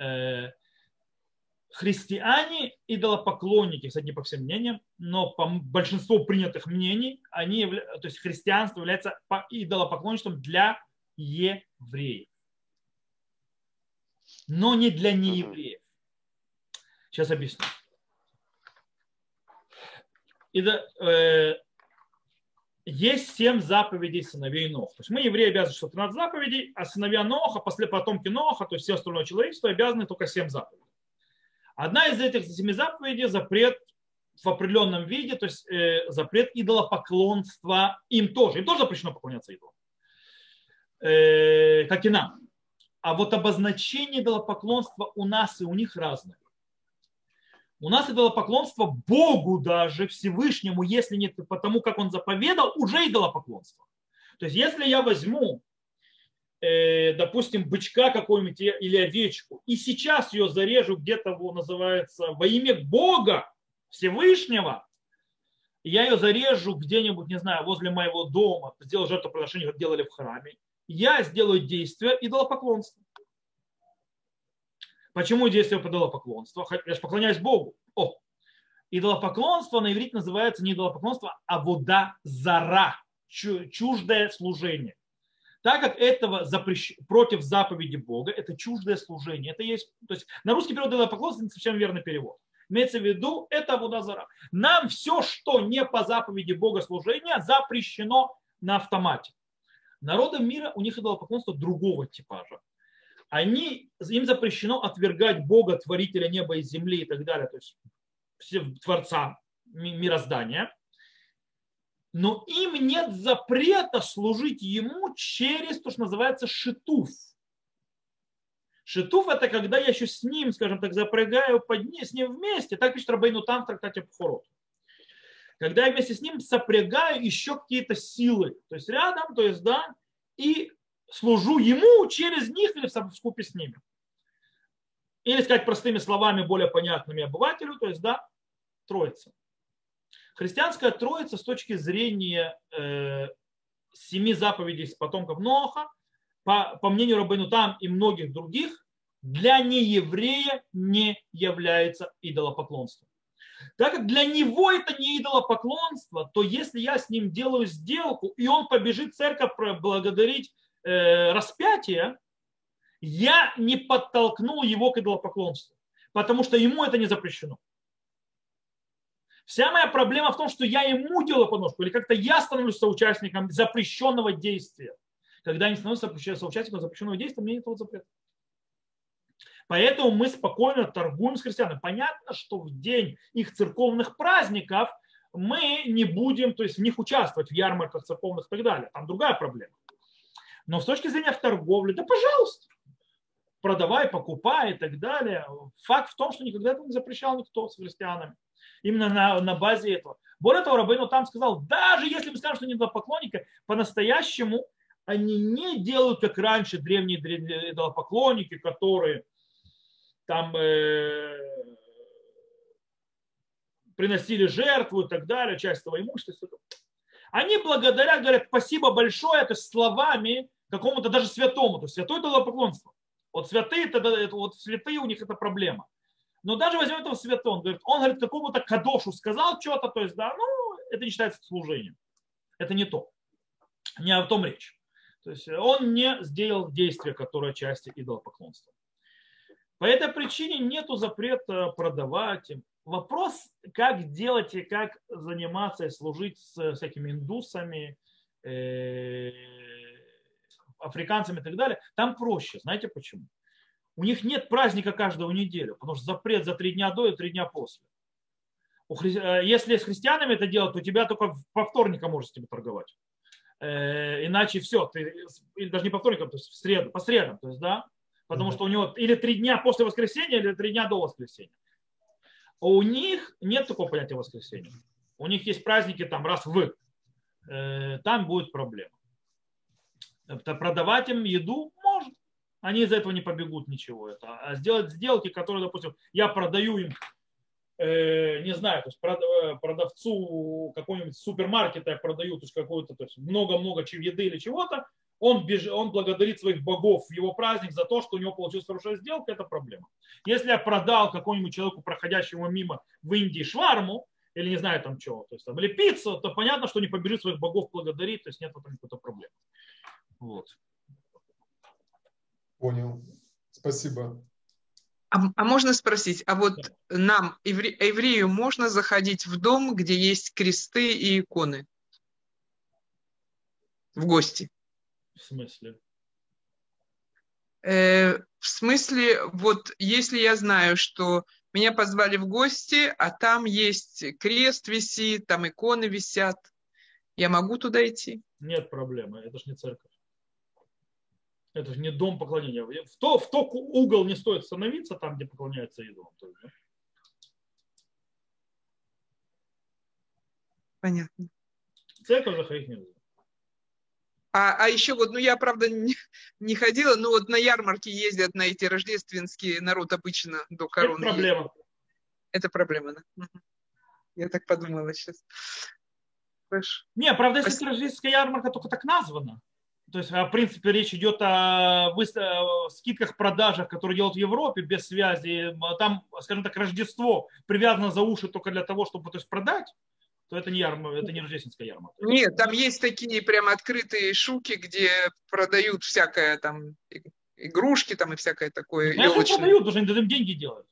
Христиане, идолопоклонники, кстати, не по всем мнениям, но по большинству принятых мнений, то есть христианство является идолопоклонничеством для евреев, но не для неевреев. Сейчас объясню. Есть 7 заповедей сыновей Ноха. То есть мы, евреи, обязаны 13 заповедей, а сыновья Ноха, потомки Ноха, то есть все остальное человечество, обязаны только 7 заповедей. Одна из этих 7 заповедей – запрет в определенном виде, то есть запрет идолопоклонства им тоже. Им тоже запрещено поклоняться идолам, как и нам. А вот обозначение идолопоклонства у нас и у них разное. У нас идолопоклонство Богу даже, Всевышнему, если нет потому, как он заповедал, уже идолопоклонство. То есть если я возьму, допустим, бычка какой-нибудь или овечку, и сейчас ее зарежу где-то, называется, во имя Бога Всевышнего, я ее зарежу где-нибудь, не знаю, возле моего дома, сделаю жертвоприношение, как делали в храме, я сделаю действие идолопоклонства. Почему действие идолопоклонства? Я же поклоняюсь Богу. Идолопоклонство на иврите называется не идолопоклонство, а вода зара, чуждое служение. Так как этого против заповеди Бога, это чуждое служение. Это есть, то есть на русский перевод идолопоклонство не совсем верный перевод. Имеется в виду, это вода зара. Нам все, что не по заповеди Бога служения, запрещено на автомате. Народам мира, у них идолопоклонство другого типажа. Им запрещено отвергать Бога, творителя неба и земли и так далее, то есть Творца мироздания. Но им нет запрета служить ему через то, что называется шитуф. Шитуф – это когда я еще с ним, скажем так, запрягаю с ним вместе. Так пишет Рабейну Там в трактате Пхорот. Когда я вместе с ним сопрягаю еще какие-то силы, то есть рядом, то есть да, и служу ему через них или вкупе с ними. Или сказать простыми словами, более понятными обывателю, то есть да, Троица. Христианская Троица с точки зрения 7 заповедей потомков Ноха, по мнению Рабейну Там и многих других, для нееврея не является идолопоклонством. Так как для него это не идолопоклонство, то если я с ним делаю сделку, и он побежит в церковь благодарить распятие, я не подтолкнул его к идолопоклонству, потому что ему это не запрещено. Вся моя проблема в том, что я ему делаю подножку, или как-то я становлюсь соучастником запрещенного действия. Когда я не становлюсь соучастником запрещенного действия, мне нет этого запрета. Поэтому мы спокойно торгуем с христианами. Понятно, что в день их церковных праздников мы не будем, то есть в них участвовать, в ярмарках церковных и так далее. Там другая проблема. Но с точки зрения торговли, да пожалуйста, продавай, покупай и так далее. Факт в том, что никогда этого не запрещал никто с христианами. Именно на базе этого. Более того, Рабейну Там сказал, даже если мы скажем, что не идолопоклонники, по-настоящему они не делают, как раньше древние идолопоклонники, которые там приносили жертву и так далее, часть своего имущества. Они благодаря, говорят, спасибо большое, то есть словами какому-то даже святому. То есть святой это идолопоклонство. Вот святые, вот святые у них это проблема. Но даже возьмем этого святого, он говорит, какому-то кадошу сказал что-то, то есть, да, ну, это не считается служением. Это не то. Не о том речь. То есть он не сделал действие, которое часть идолопоклонства. По этой причине нету запрета продавать им. Вопрос, как делать и как заниматься и служить с всякими индусами, африканцами и так далее, там проще. Знаете почему? У них нет праздника каждую неделю, потому что запрет за 3 дня до и 3 дня после. Если с христианами это делать, то тебя только по вторникам можно с ними торговать. Иначе все, или даже не по вторникам, то есть в среду, по средам, то есть, да, потому что у него или 3 дня после воскресенья, или 3 дня до воскресенья. А у них нет такого понятия воскресенья. У них есть праздники там раз в, там будет проблема. Продавать им еду можно. Они из-за этого не побегут ничего. А сделать сделки, которые, допустим, я продаю им, не знаю, то есть продавцу какого-нибудь супермаркета я продаю, то есть какую-то, то есть много-много еды или чего-то, он благодарит своих богов в его праздник за то, что у него получилась хорошая сделка, это проблема. Если я продал какому-нибудь человеку, проходящему мимо в Индии, шварму, или не знаю там чего, то есть там, или пиццу, то понятно, что не побежит своих богов благодарить, то есть нет в этом какой-то проблемы. Вот. Понял. Спасибо. А можно спросить, а вот нам, еврею, можно заходить в дом, где есть кресты и иконы? В гости? В смысле? В смысле, вот если я знаю, что меня позвали в гости, а там есть крест висит, там иконы висят, я могу туда идти? Нет проблемы, это же не церковь. Это же не дом поклонения. В тот угол не стоит становиться, там, где поклоняются идолам. Понятно. В церковь заходить нельзя. А еще вот, ну я, правда, не ходила, но вот на ярмарке ездят на эти рождественские, народ обычно до короны. Это проблема. Ездит. Это проблема, да? Я так подумала сейчас. Хорошо. Не, правда, если это рождественская ярмарка, только так названа. То есть, в принципе, речь идет о скидках, продажах, которые делают в Европе без связи. Там, скажем так, Рождество привязано за уши только для того, чтобы, то есть, продать, то это не ярмарка, это не рождественская ярмарка. Нет, там есть такие прям открытые шуки, где продают всякое там, игрушки там и всякое такое. Знаешь, что продают, потому что они им деньги делают.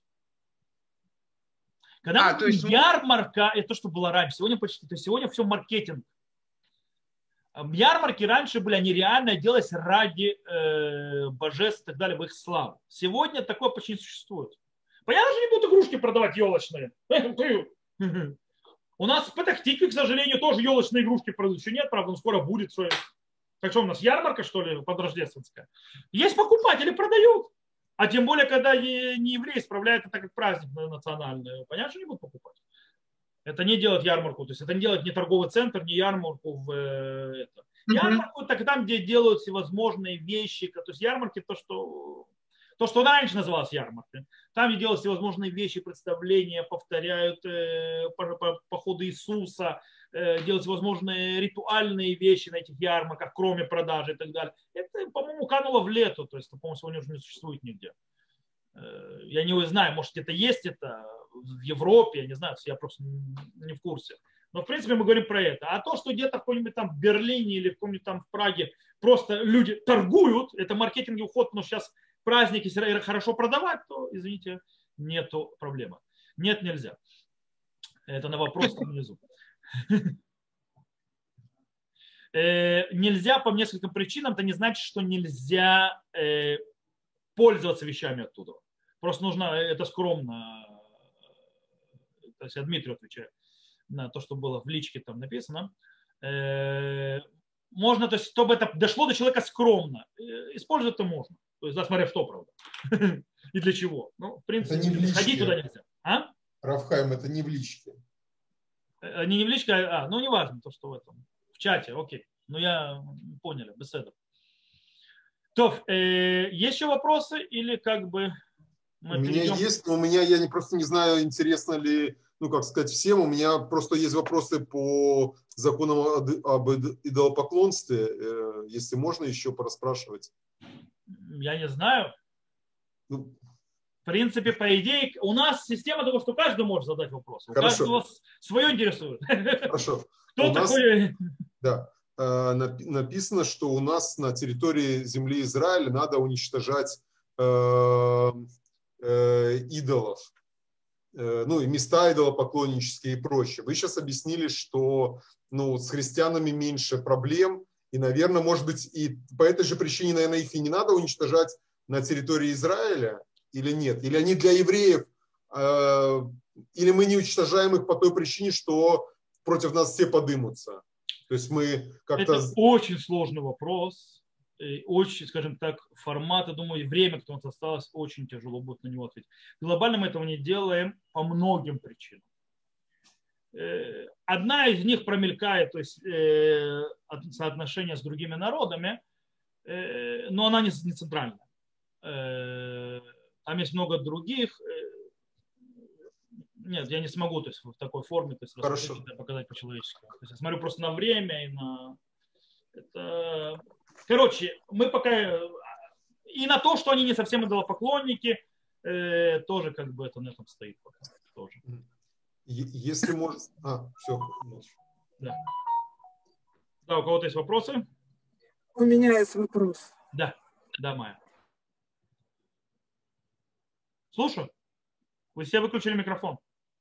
Когда то есть... ярмарка, это то, что было раньше. Сегодня почти, то есть сегодня все маркетинг. Ярмарки раньше были, они реально делались ради божеств и так далее, в их славу. Сегодня такое почти не существует. Понятно, что не будут игрушки продавать елочные. У нас в Петах-Тикве, к сожалению, тоже елочные игрушки продают. Еще нет, правда, но скоро будет. Так что у нас ярмарка, что ли, подрождественская? Есть покупатели, продают. А тем более, когда не евреи справляют это как праздник национальный. Понятно, что не будут покупать. Это не делать ярмарку, то есть это не делать не торговый центр, не ярмарку в это. Ярмарку так там, где делают всевозможные вещи, то есть ярмарки то, что раньше называлось ярмаркой. Там, где делают всевозможные вещи, представления, повторяют походы Иисуса, делают всевозможные ритуальные вещи на этих ярмарках, кроме продажи и так далее. Это, по-моему, кануло в лету, то есть, по-моему, сегодня уже не существует нигде. Я не знаю, может где-то есть это в Европе, я не знаю, я просто не в курсе. Но в принципе мы говорим про это. А то, что где-то в каком-нибудь там в Берлине или в каком-нибудь там в Праге просто люди торгуют, это маркетинговый уход, но сейчас праздники хорошо продавать, то, извините, нету проблемы. Нет, нельзя. Это на вопрос там внизу. Нельзя по нескольким причинам, это не значит, что нельзя пользоваться вещами оттуда. Просто нужно, это скромно, то есть я Дмитрию отвечаю на то, что было в личке там написано. Можно, то есть, чтобы это дошло до человека скромно, использовать это можно. То есть, да, смотря что, правда. И для чего. Ну, в принципе, ходить туда нельзя. А? Рав Хаим, это не в личке. Не в личке, ну, не важно, то, что в этом. В чате, окей. Ну, я поняли, беседа. То, есть еще вопросы или как бы... У меня есть, но я просто не знаю, интересно ли, ну, как сказать, всем. У меня просто есть вопросы по законам об идолопоклонстве. Если можно еще порасспрашивать. Я не знаю. Ну, В принципе, по идее, у нас система того, что каждый может задать вопрос. У Хорошо. каждого свое интересует. Хорошо. Кто У нас- такой? Да. Написано, что у нас на территории земли Израиля надо уничтожать идолов, ну и места идолопоклоннические и прочее. Вы сейчас объяснили, что ну, с христианами меньше проблем, и, наверное, может быть, и по этой же причине, наверное, их и не надо уничтожать на территории Израиля, или нет? Или они для евреев, или мы не уничтожаем их по той причине, что против нас все подымутся? То есть мы как-то... Это очень сложный вопрос. И очень, скажем так, формат, я думаю, и время, которое у нас осталось, очень тяжело будет на него ответить. Глобально мы этого не делаем по многим причинам. Одна из них промелькает, то есть соотношение с другими народами, но она не центральная. Там есть много других. Нет, я не смогу, то есть в такой форме, то есть показать по-человечески. То есть я смотрю просто на время и на это. Короче, мы пока и на то, что они не совсем идолопоклонники, тоже как бы это на этом стоит пока. Тоже. Если можно... все. Да. Да, у кого-то есть вопросы? У меня есть вопрос. Да, Майя. Слушаю. Вы все выключили микрофон.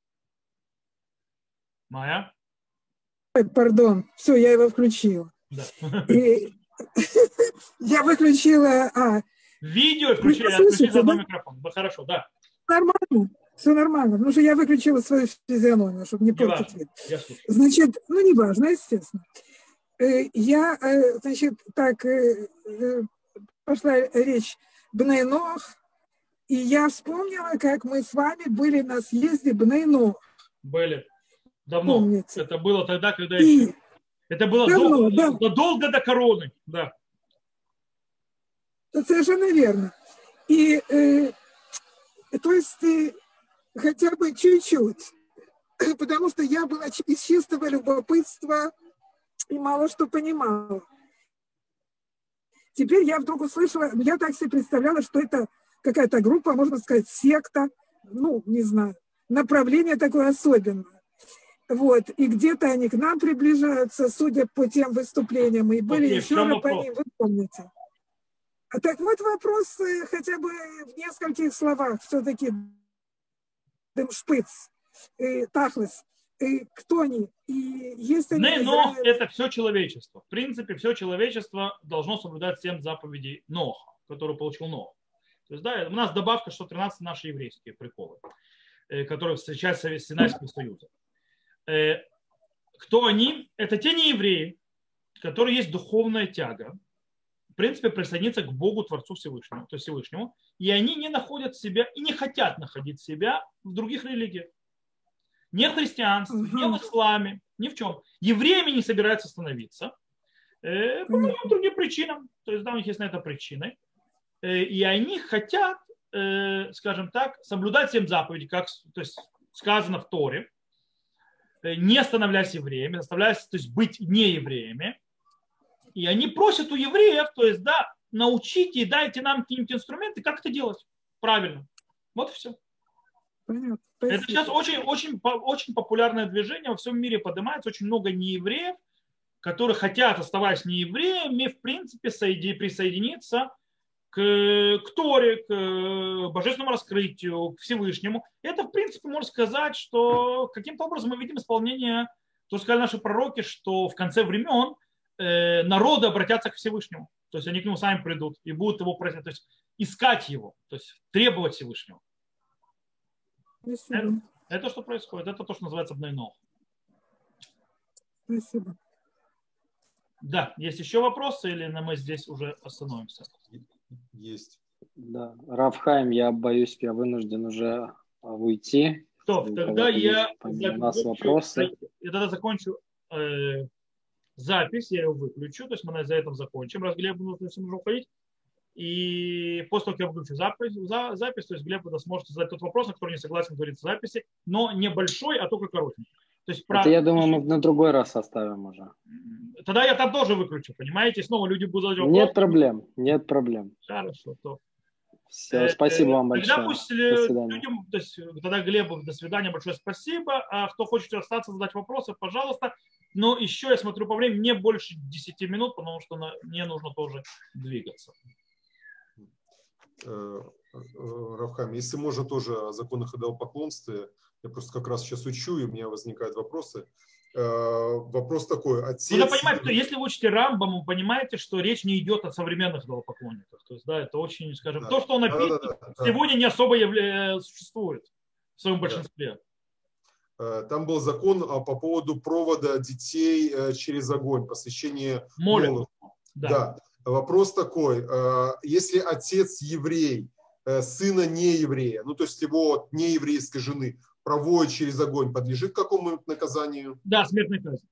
Майя? Ой, пардон. Все, я его включила. Да. И я выключила... Видео включили, Вы слышите, заодно да? микрофон. Хорошо, да. Нормально. Все нормально. Потому что я выключила свою физиономию, чтобы не портить Неважно. вид. Я слушаю. Значит, ну, неважно, естественно. Я, значит, так, пошла речь Бней Ноах, и я вспомнила, как мы с вами были на съезде Бней Ноах. Были. Давно. Помните? Это было тогда, когда И еще... Это было давно, долго до короны. Да. совершенно верно. И, то есть, хотя бы чуть-чуть, потому что я была из чистого любопытства и мало что понимала. Теперь я вдруг услышала, я так себе представляла, что это какая-то группа, можно сказать, секта, ну, не знаю, направление такое особенное. Вот, и где-то они к нам приближаются, судя по тем выступлениям, и были еще рапаним, вы помните. А так вот вопрос хотя бы в нескольких словах все-таки Демшпиц, Тахлес, кто они? И есть они... Бней Ноах – это все человечество. В принципе, все человечество должно соблюдать 7 заповедей Ноаха, которые получил Ноах. То есть, да, у нас добавка, что 13 наши еврейские приколы, которые встречаются в Синайском союзе. Кто они? Это те неевреи, которые есть духовная тяга, в принципе, присоединиться к Богу, Творцу Всевышнему, то есть Всевышнему, и они не находят себя и не хотят находить себя в других религиях. Не в христианстве, не в исламе, ни в чем. Евреями не собираются становиться по многим другим причинам. То есть, да, у них есть на это причины. И они хотят, скажем так, соблюдать 7 заповедей, как то есть, сказано в Торе, не становляясь евреями, заставляясь, то есть, быть неевреями. И они просят у евреев, то есть, да, научите и дайте нам какие-нибудь инструменты, как это делать правильно. Вот и все. Понятно. Это сейчас очень популярное движение, во всем мире поднимается очень много неевреев, которые хотят, оставаясь неевреями, в принципе, присоединиться к Торе, к божественному раскрытию, к Всевышнему. Это, в принципе, можно сказать, что каким-то образом мы видим исполнение, то сказали наши пророки, что в конце времен народы обратятся к Всевышнему. То есть они к нему сами придут и будут его просить, то есть искать его, то есть требовать Всевышнего. Это что происходит? Это то, что называется Бней Ноах. Спасибо. Да, есть еще вопросы или мы здесь уже остановимся? Есть. Да, Рав Хаим, я боюсь, я вынужден уже уйти. Стоп, тогда я закончу запись, я ее выключу, то есть мы за этим закончим. Раз Глеб нужно уходить, И после того, как я выключу запись, то есть Глеб тогда сможет задать тот вопрос, на который не согласен говорить в записи, но не большой, а только коротенький. То есть Это, я думаю, мы на другой раз оставим уже. Тогда я там тоже выключу, понимаете? Снова люди будут задать вопрос. Нет проблем, нет проблем. Хорошо, то. Все, спасибо вам большое. Тогда пусть людям, то есть тогда Глебу до свидания, большое спасибо. А кто хочет остаться, задать вопросы, пожалуйста. Но еще я смотрю по времени не больше 10 минут, потому что мне нужно тоже двигаться. Равхам, если можно тоже о законах идолопоклонстве, я просто как раз сейчас учу, и у меня возникают вопросы. Вопрос такой. Отец... Нужно понимать, что если вы учите Рамбам, вы понимаете, что речь не идет о современных идолопоклонниках. То есть, да, это очень, скажем, то, что он написано, сегодня не особо существует в своем большинстве. Там был закон по поводу провода детей через огонь, посвящение Молитву. Да. Вопрос такой. Если отец еврей, сына нееврея, ну то есть его нееврейской жены, проводит через огонь, подлежит какому-нибудь наказанию? Да, смертной казни.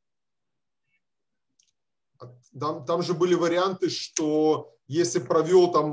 Там же были варианты, что если провел там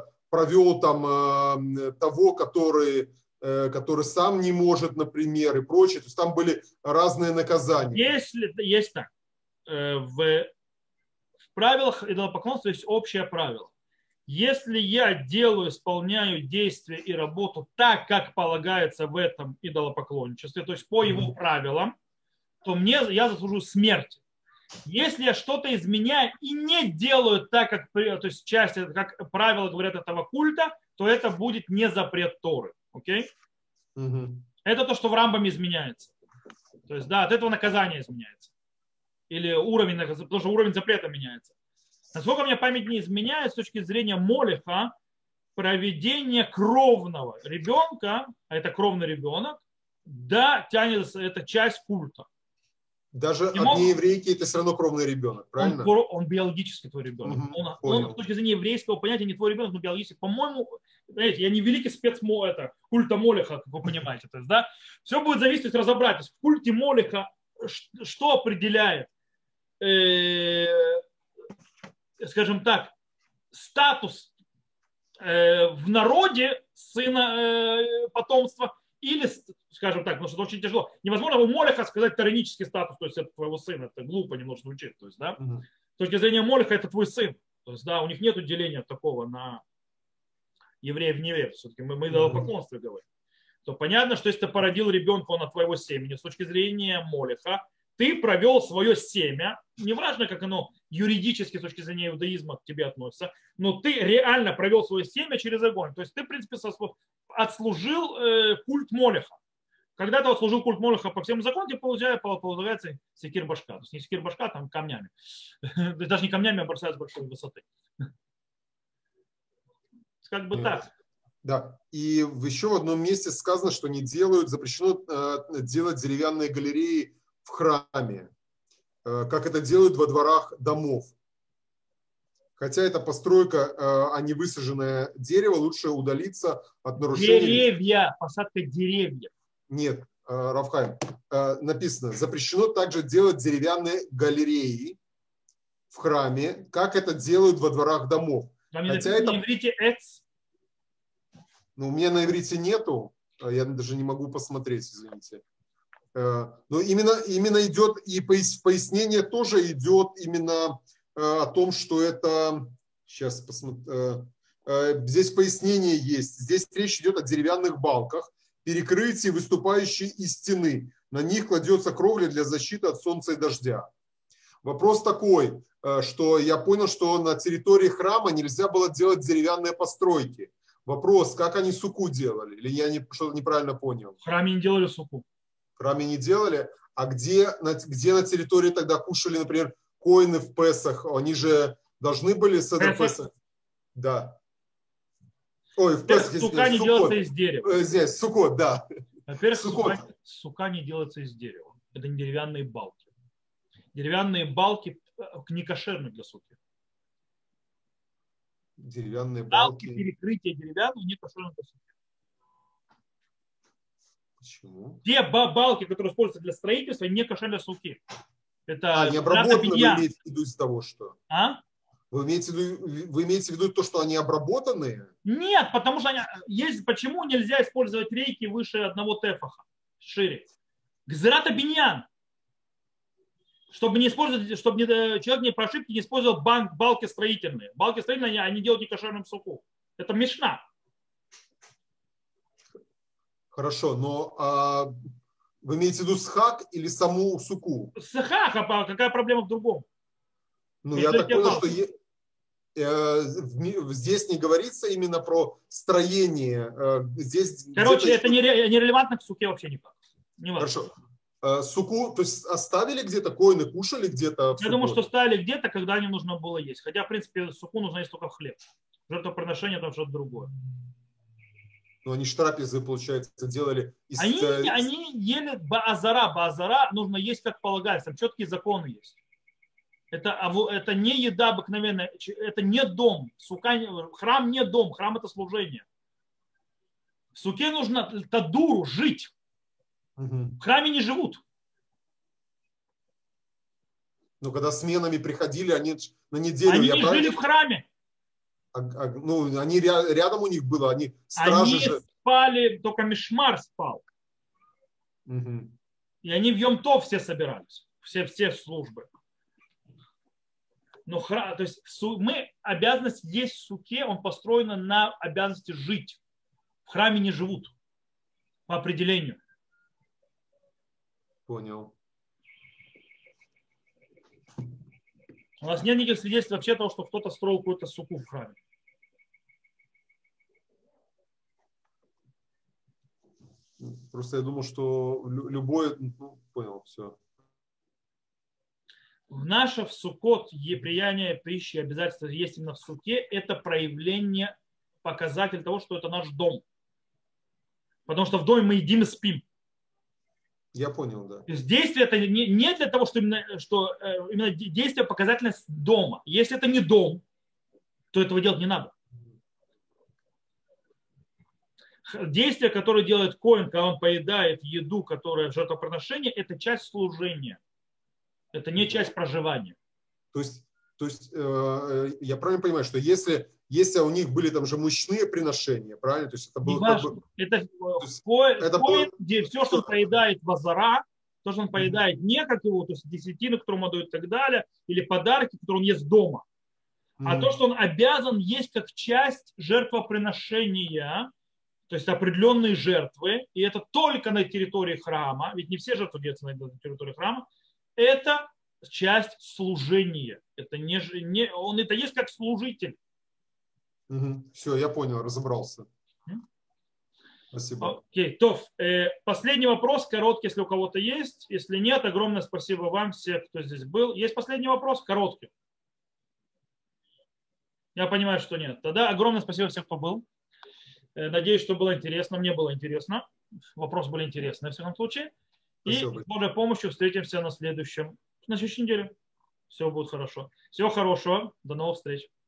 того, который сам не может, например, и прочее, то есть там были разные наказания. Если есть так, в правилах идолопоклонства есть общее правило. Если я исполняю действия и работу так, как полагается в этом идолопоклонничестве, то есть по его правилам, то я заслужу смерти. Если я что-то изменяю и не делаю так, как, то есть как правила говорят этого культа, то это будет не запрет Торы. Окей? Это то, что в Рамбаме изменяется. То есть, да, от этого наказание изменяется. Или уровень, потому что уровень запрета меняется. Насколько мне память не изменяет с точки зрения молиха, проведение кровного ребенка, а это кровный ребенок, да, тянет, это часть культа. Даже от нееврейки это все равно кровный ребенок, правильно? Он биологически твой ребенок. Он с точки зрения еврейского понятия не твой ребенок, но биологически. По-моему, знаете, я не великий спец культа Молиха, как вы понимаете. То есть, да, все будет зависеть, разобрать. То есть, в культе Молиха что определяет, скажем так, статус в народе сына потомства или, скажем так, потому что это очень тяжело. Невозможно у Молиха сказать таранический статус, то есть это твоего сына, это глупо немножко звучит. То есть, да, с точки зрения Молиха это твой сын. То есть, да, у них нет деления такого на евреев и неевреев. Все-таки мы о идолопоклонстве говорим. То понятно, что если ты породил ребенка, он от твоего семени, с точки зрения Молиха, ты провел свое семя, неважно, как оно юридически с точки зрения иудаизма к тебе относится, но ты реально провел свое семя через огонь. То есть ты, в принципе, отслужил культ Молиха. Когда ты отслужил культ Молиха по всем законам, тебе получается секир башка. То есть не секир башка, там камнями. Даже не камнями, а бросают с большой высоты. Как бы так. Да, и еще в одном месте сказано, что запрещено делать деревянные галереи в храме, как это делают во дворах домов. Хотя это постройка, а не высаженное дерево, лучше удалиться от нарушения. Деревья, посадка деревьев. Нет, Равхайм, написано, запрещено также делать деревянные галереи в храме, как это делают во дворах домов. Там не написано на иврите «эц». Ну, у меня на иврите нету, я даже не могу посмотреть, извините. Но именно идет, и пояснение тоже идет именно о том, что это... Сейчас посмотрю. Здесь пояснение есть. Здесь речь идет о деревянных балках, перекрытии, выступающей из стены. На них кладется кровля для защиты от солнца и дождя. Вопрос такой, что я понял, что на территории храма нельзя было делать деревянные постройки. Вопрос, как они суку делали? Или я что-то неправильно понял? В храме не делали суку. В храме не делали? А где на территории тогда кушали, например, коины в Песах? Они же должны были с этого Песах? Да. Ой, в Песах. Сука не делается из дерева. Здесь, сукот, да. Во-первых, сука не делается из дерева. Это не деревянные балки. Деревянные балки не кошерны для суки. Деревянные балки. Перекрытие деревянные не кошерны для суки. Почему? Те балки, которые используются для строительства, не кошерны для суки. Это не обработаны, вы имеете в виду из того, что? Вы имеете в виду то, что они обработанные? Нет, потому что почему нельзя использовать рейки выше одного тефаха, шире? Гзерата биньян. Чтобы не использовать, чтобы человек не по ошибке не использовал балки строительные. Балки строительные они делают некошерным суку. Это мишна. Хорошо, но вы имеете в виду схак или саму суку? Схак, а какая проблема в другом? Ну, я так понял, что здесь не говорится именно про строение. Здесь короче, это нерелевантно к суке вообще никак. Не хорошо. Суку, то есть оставили где-то, коины кушали где-то? Я думаю, что ставили где-то, когда не нужно было есть. Хотя, в принципе, суку нужно есть только в хлеб. Жертвоприношение там что-то другое. Ну, они штрапезы, получается, делали из... Они ели баазара. Баазара нужно есть как полагается. Там четкие законы есть. Это не еда обыкновенная. Это не дом. Храм не дом. Храм это служение. В суке нужно тадуру, жить. В храме не живут. Ну, когда сменами приходили, они на неделю... Они не жили в храме. Ну, они рядом у них было, они стражи... Они спали, только Мишмар спал. Угу. И они в Йом-Тов все собирались. Все службы. Но то есть обязанность есть в суке, он построен на обязанности жить. В храме не живут. По определению. Понял. У нас нет никаких свидетельств вообще того, что кто-то строил какую-то суку в храме. Просто я думал, что любое... Ну, понял, все. Наше в суккот прияние пищи обязательства есть именно в суке. Это проявление, показатель того, что это наш дом. Потому что в доме мы едим и спим. Я понял, да. То есть действие это не для того, что именно действие показательность дома. Если это не дом, то этого делать не надо. Действие, которое делает коэн, когда он поедает еду, которая в жертвоприношении, это часть служения. Это не часть проживания. То есть я правильно понимаю, что если у них были там же мучные приношения, правильно? То есть это было как бы... Коэн, где все, что он поедает в азара, то, что он поедает не как его, то есть десятины, которую он отдает и так далее, или подарки, которые он ест дома, а то, что он обязан есть как часть жертвоприношения, то есть определенные жертвы, и это только на территории храма, ведь не все жертвы делаются на территории храма, это часть служения. Это он это есть как служитель. Все, я понял, разобрался. Спасибо. Окей, то последний вопрос, короткий, если у кого-то есть. Если нет, огромное спасибо вам, всем, кто здесь был. Есть последний вопрос, короткий. Я понимаю, что нет. Тогда огромное спасибо всем, кто был. Надеюсь, что было интересно. Мне было интересно. Вопросы были интересны, в всяком случае. Спасибо. И с Божьей помощью встретимся на следующей неделе. Все будет хорошо. Всего хорошего. До новых встреч.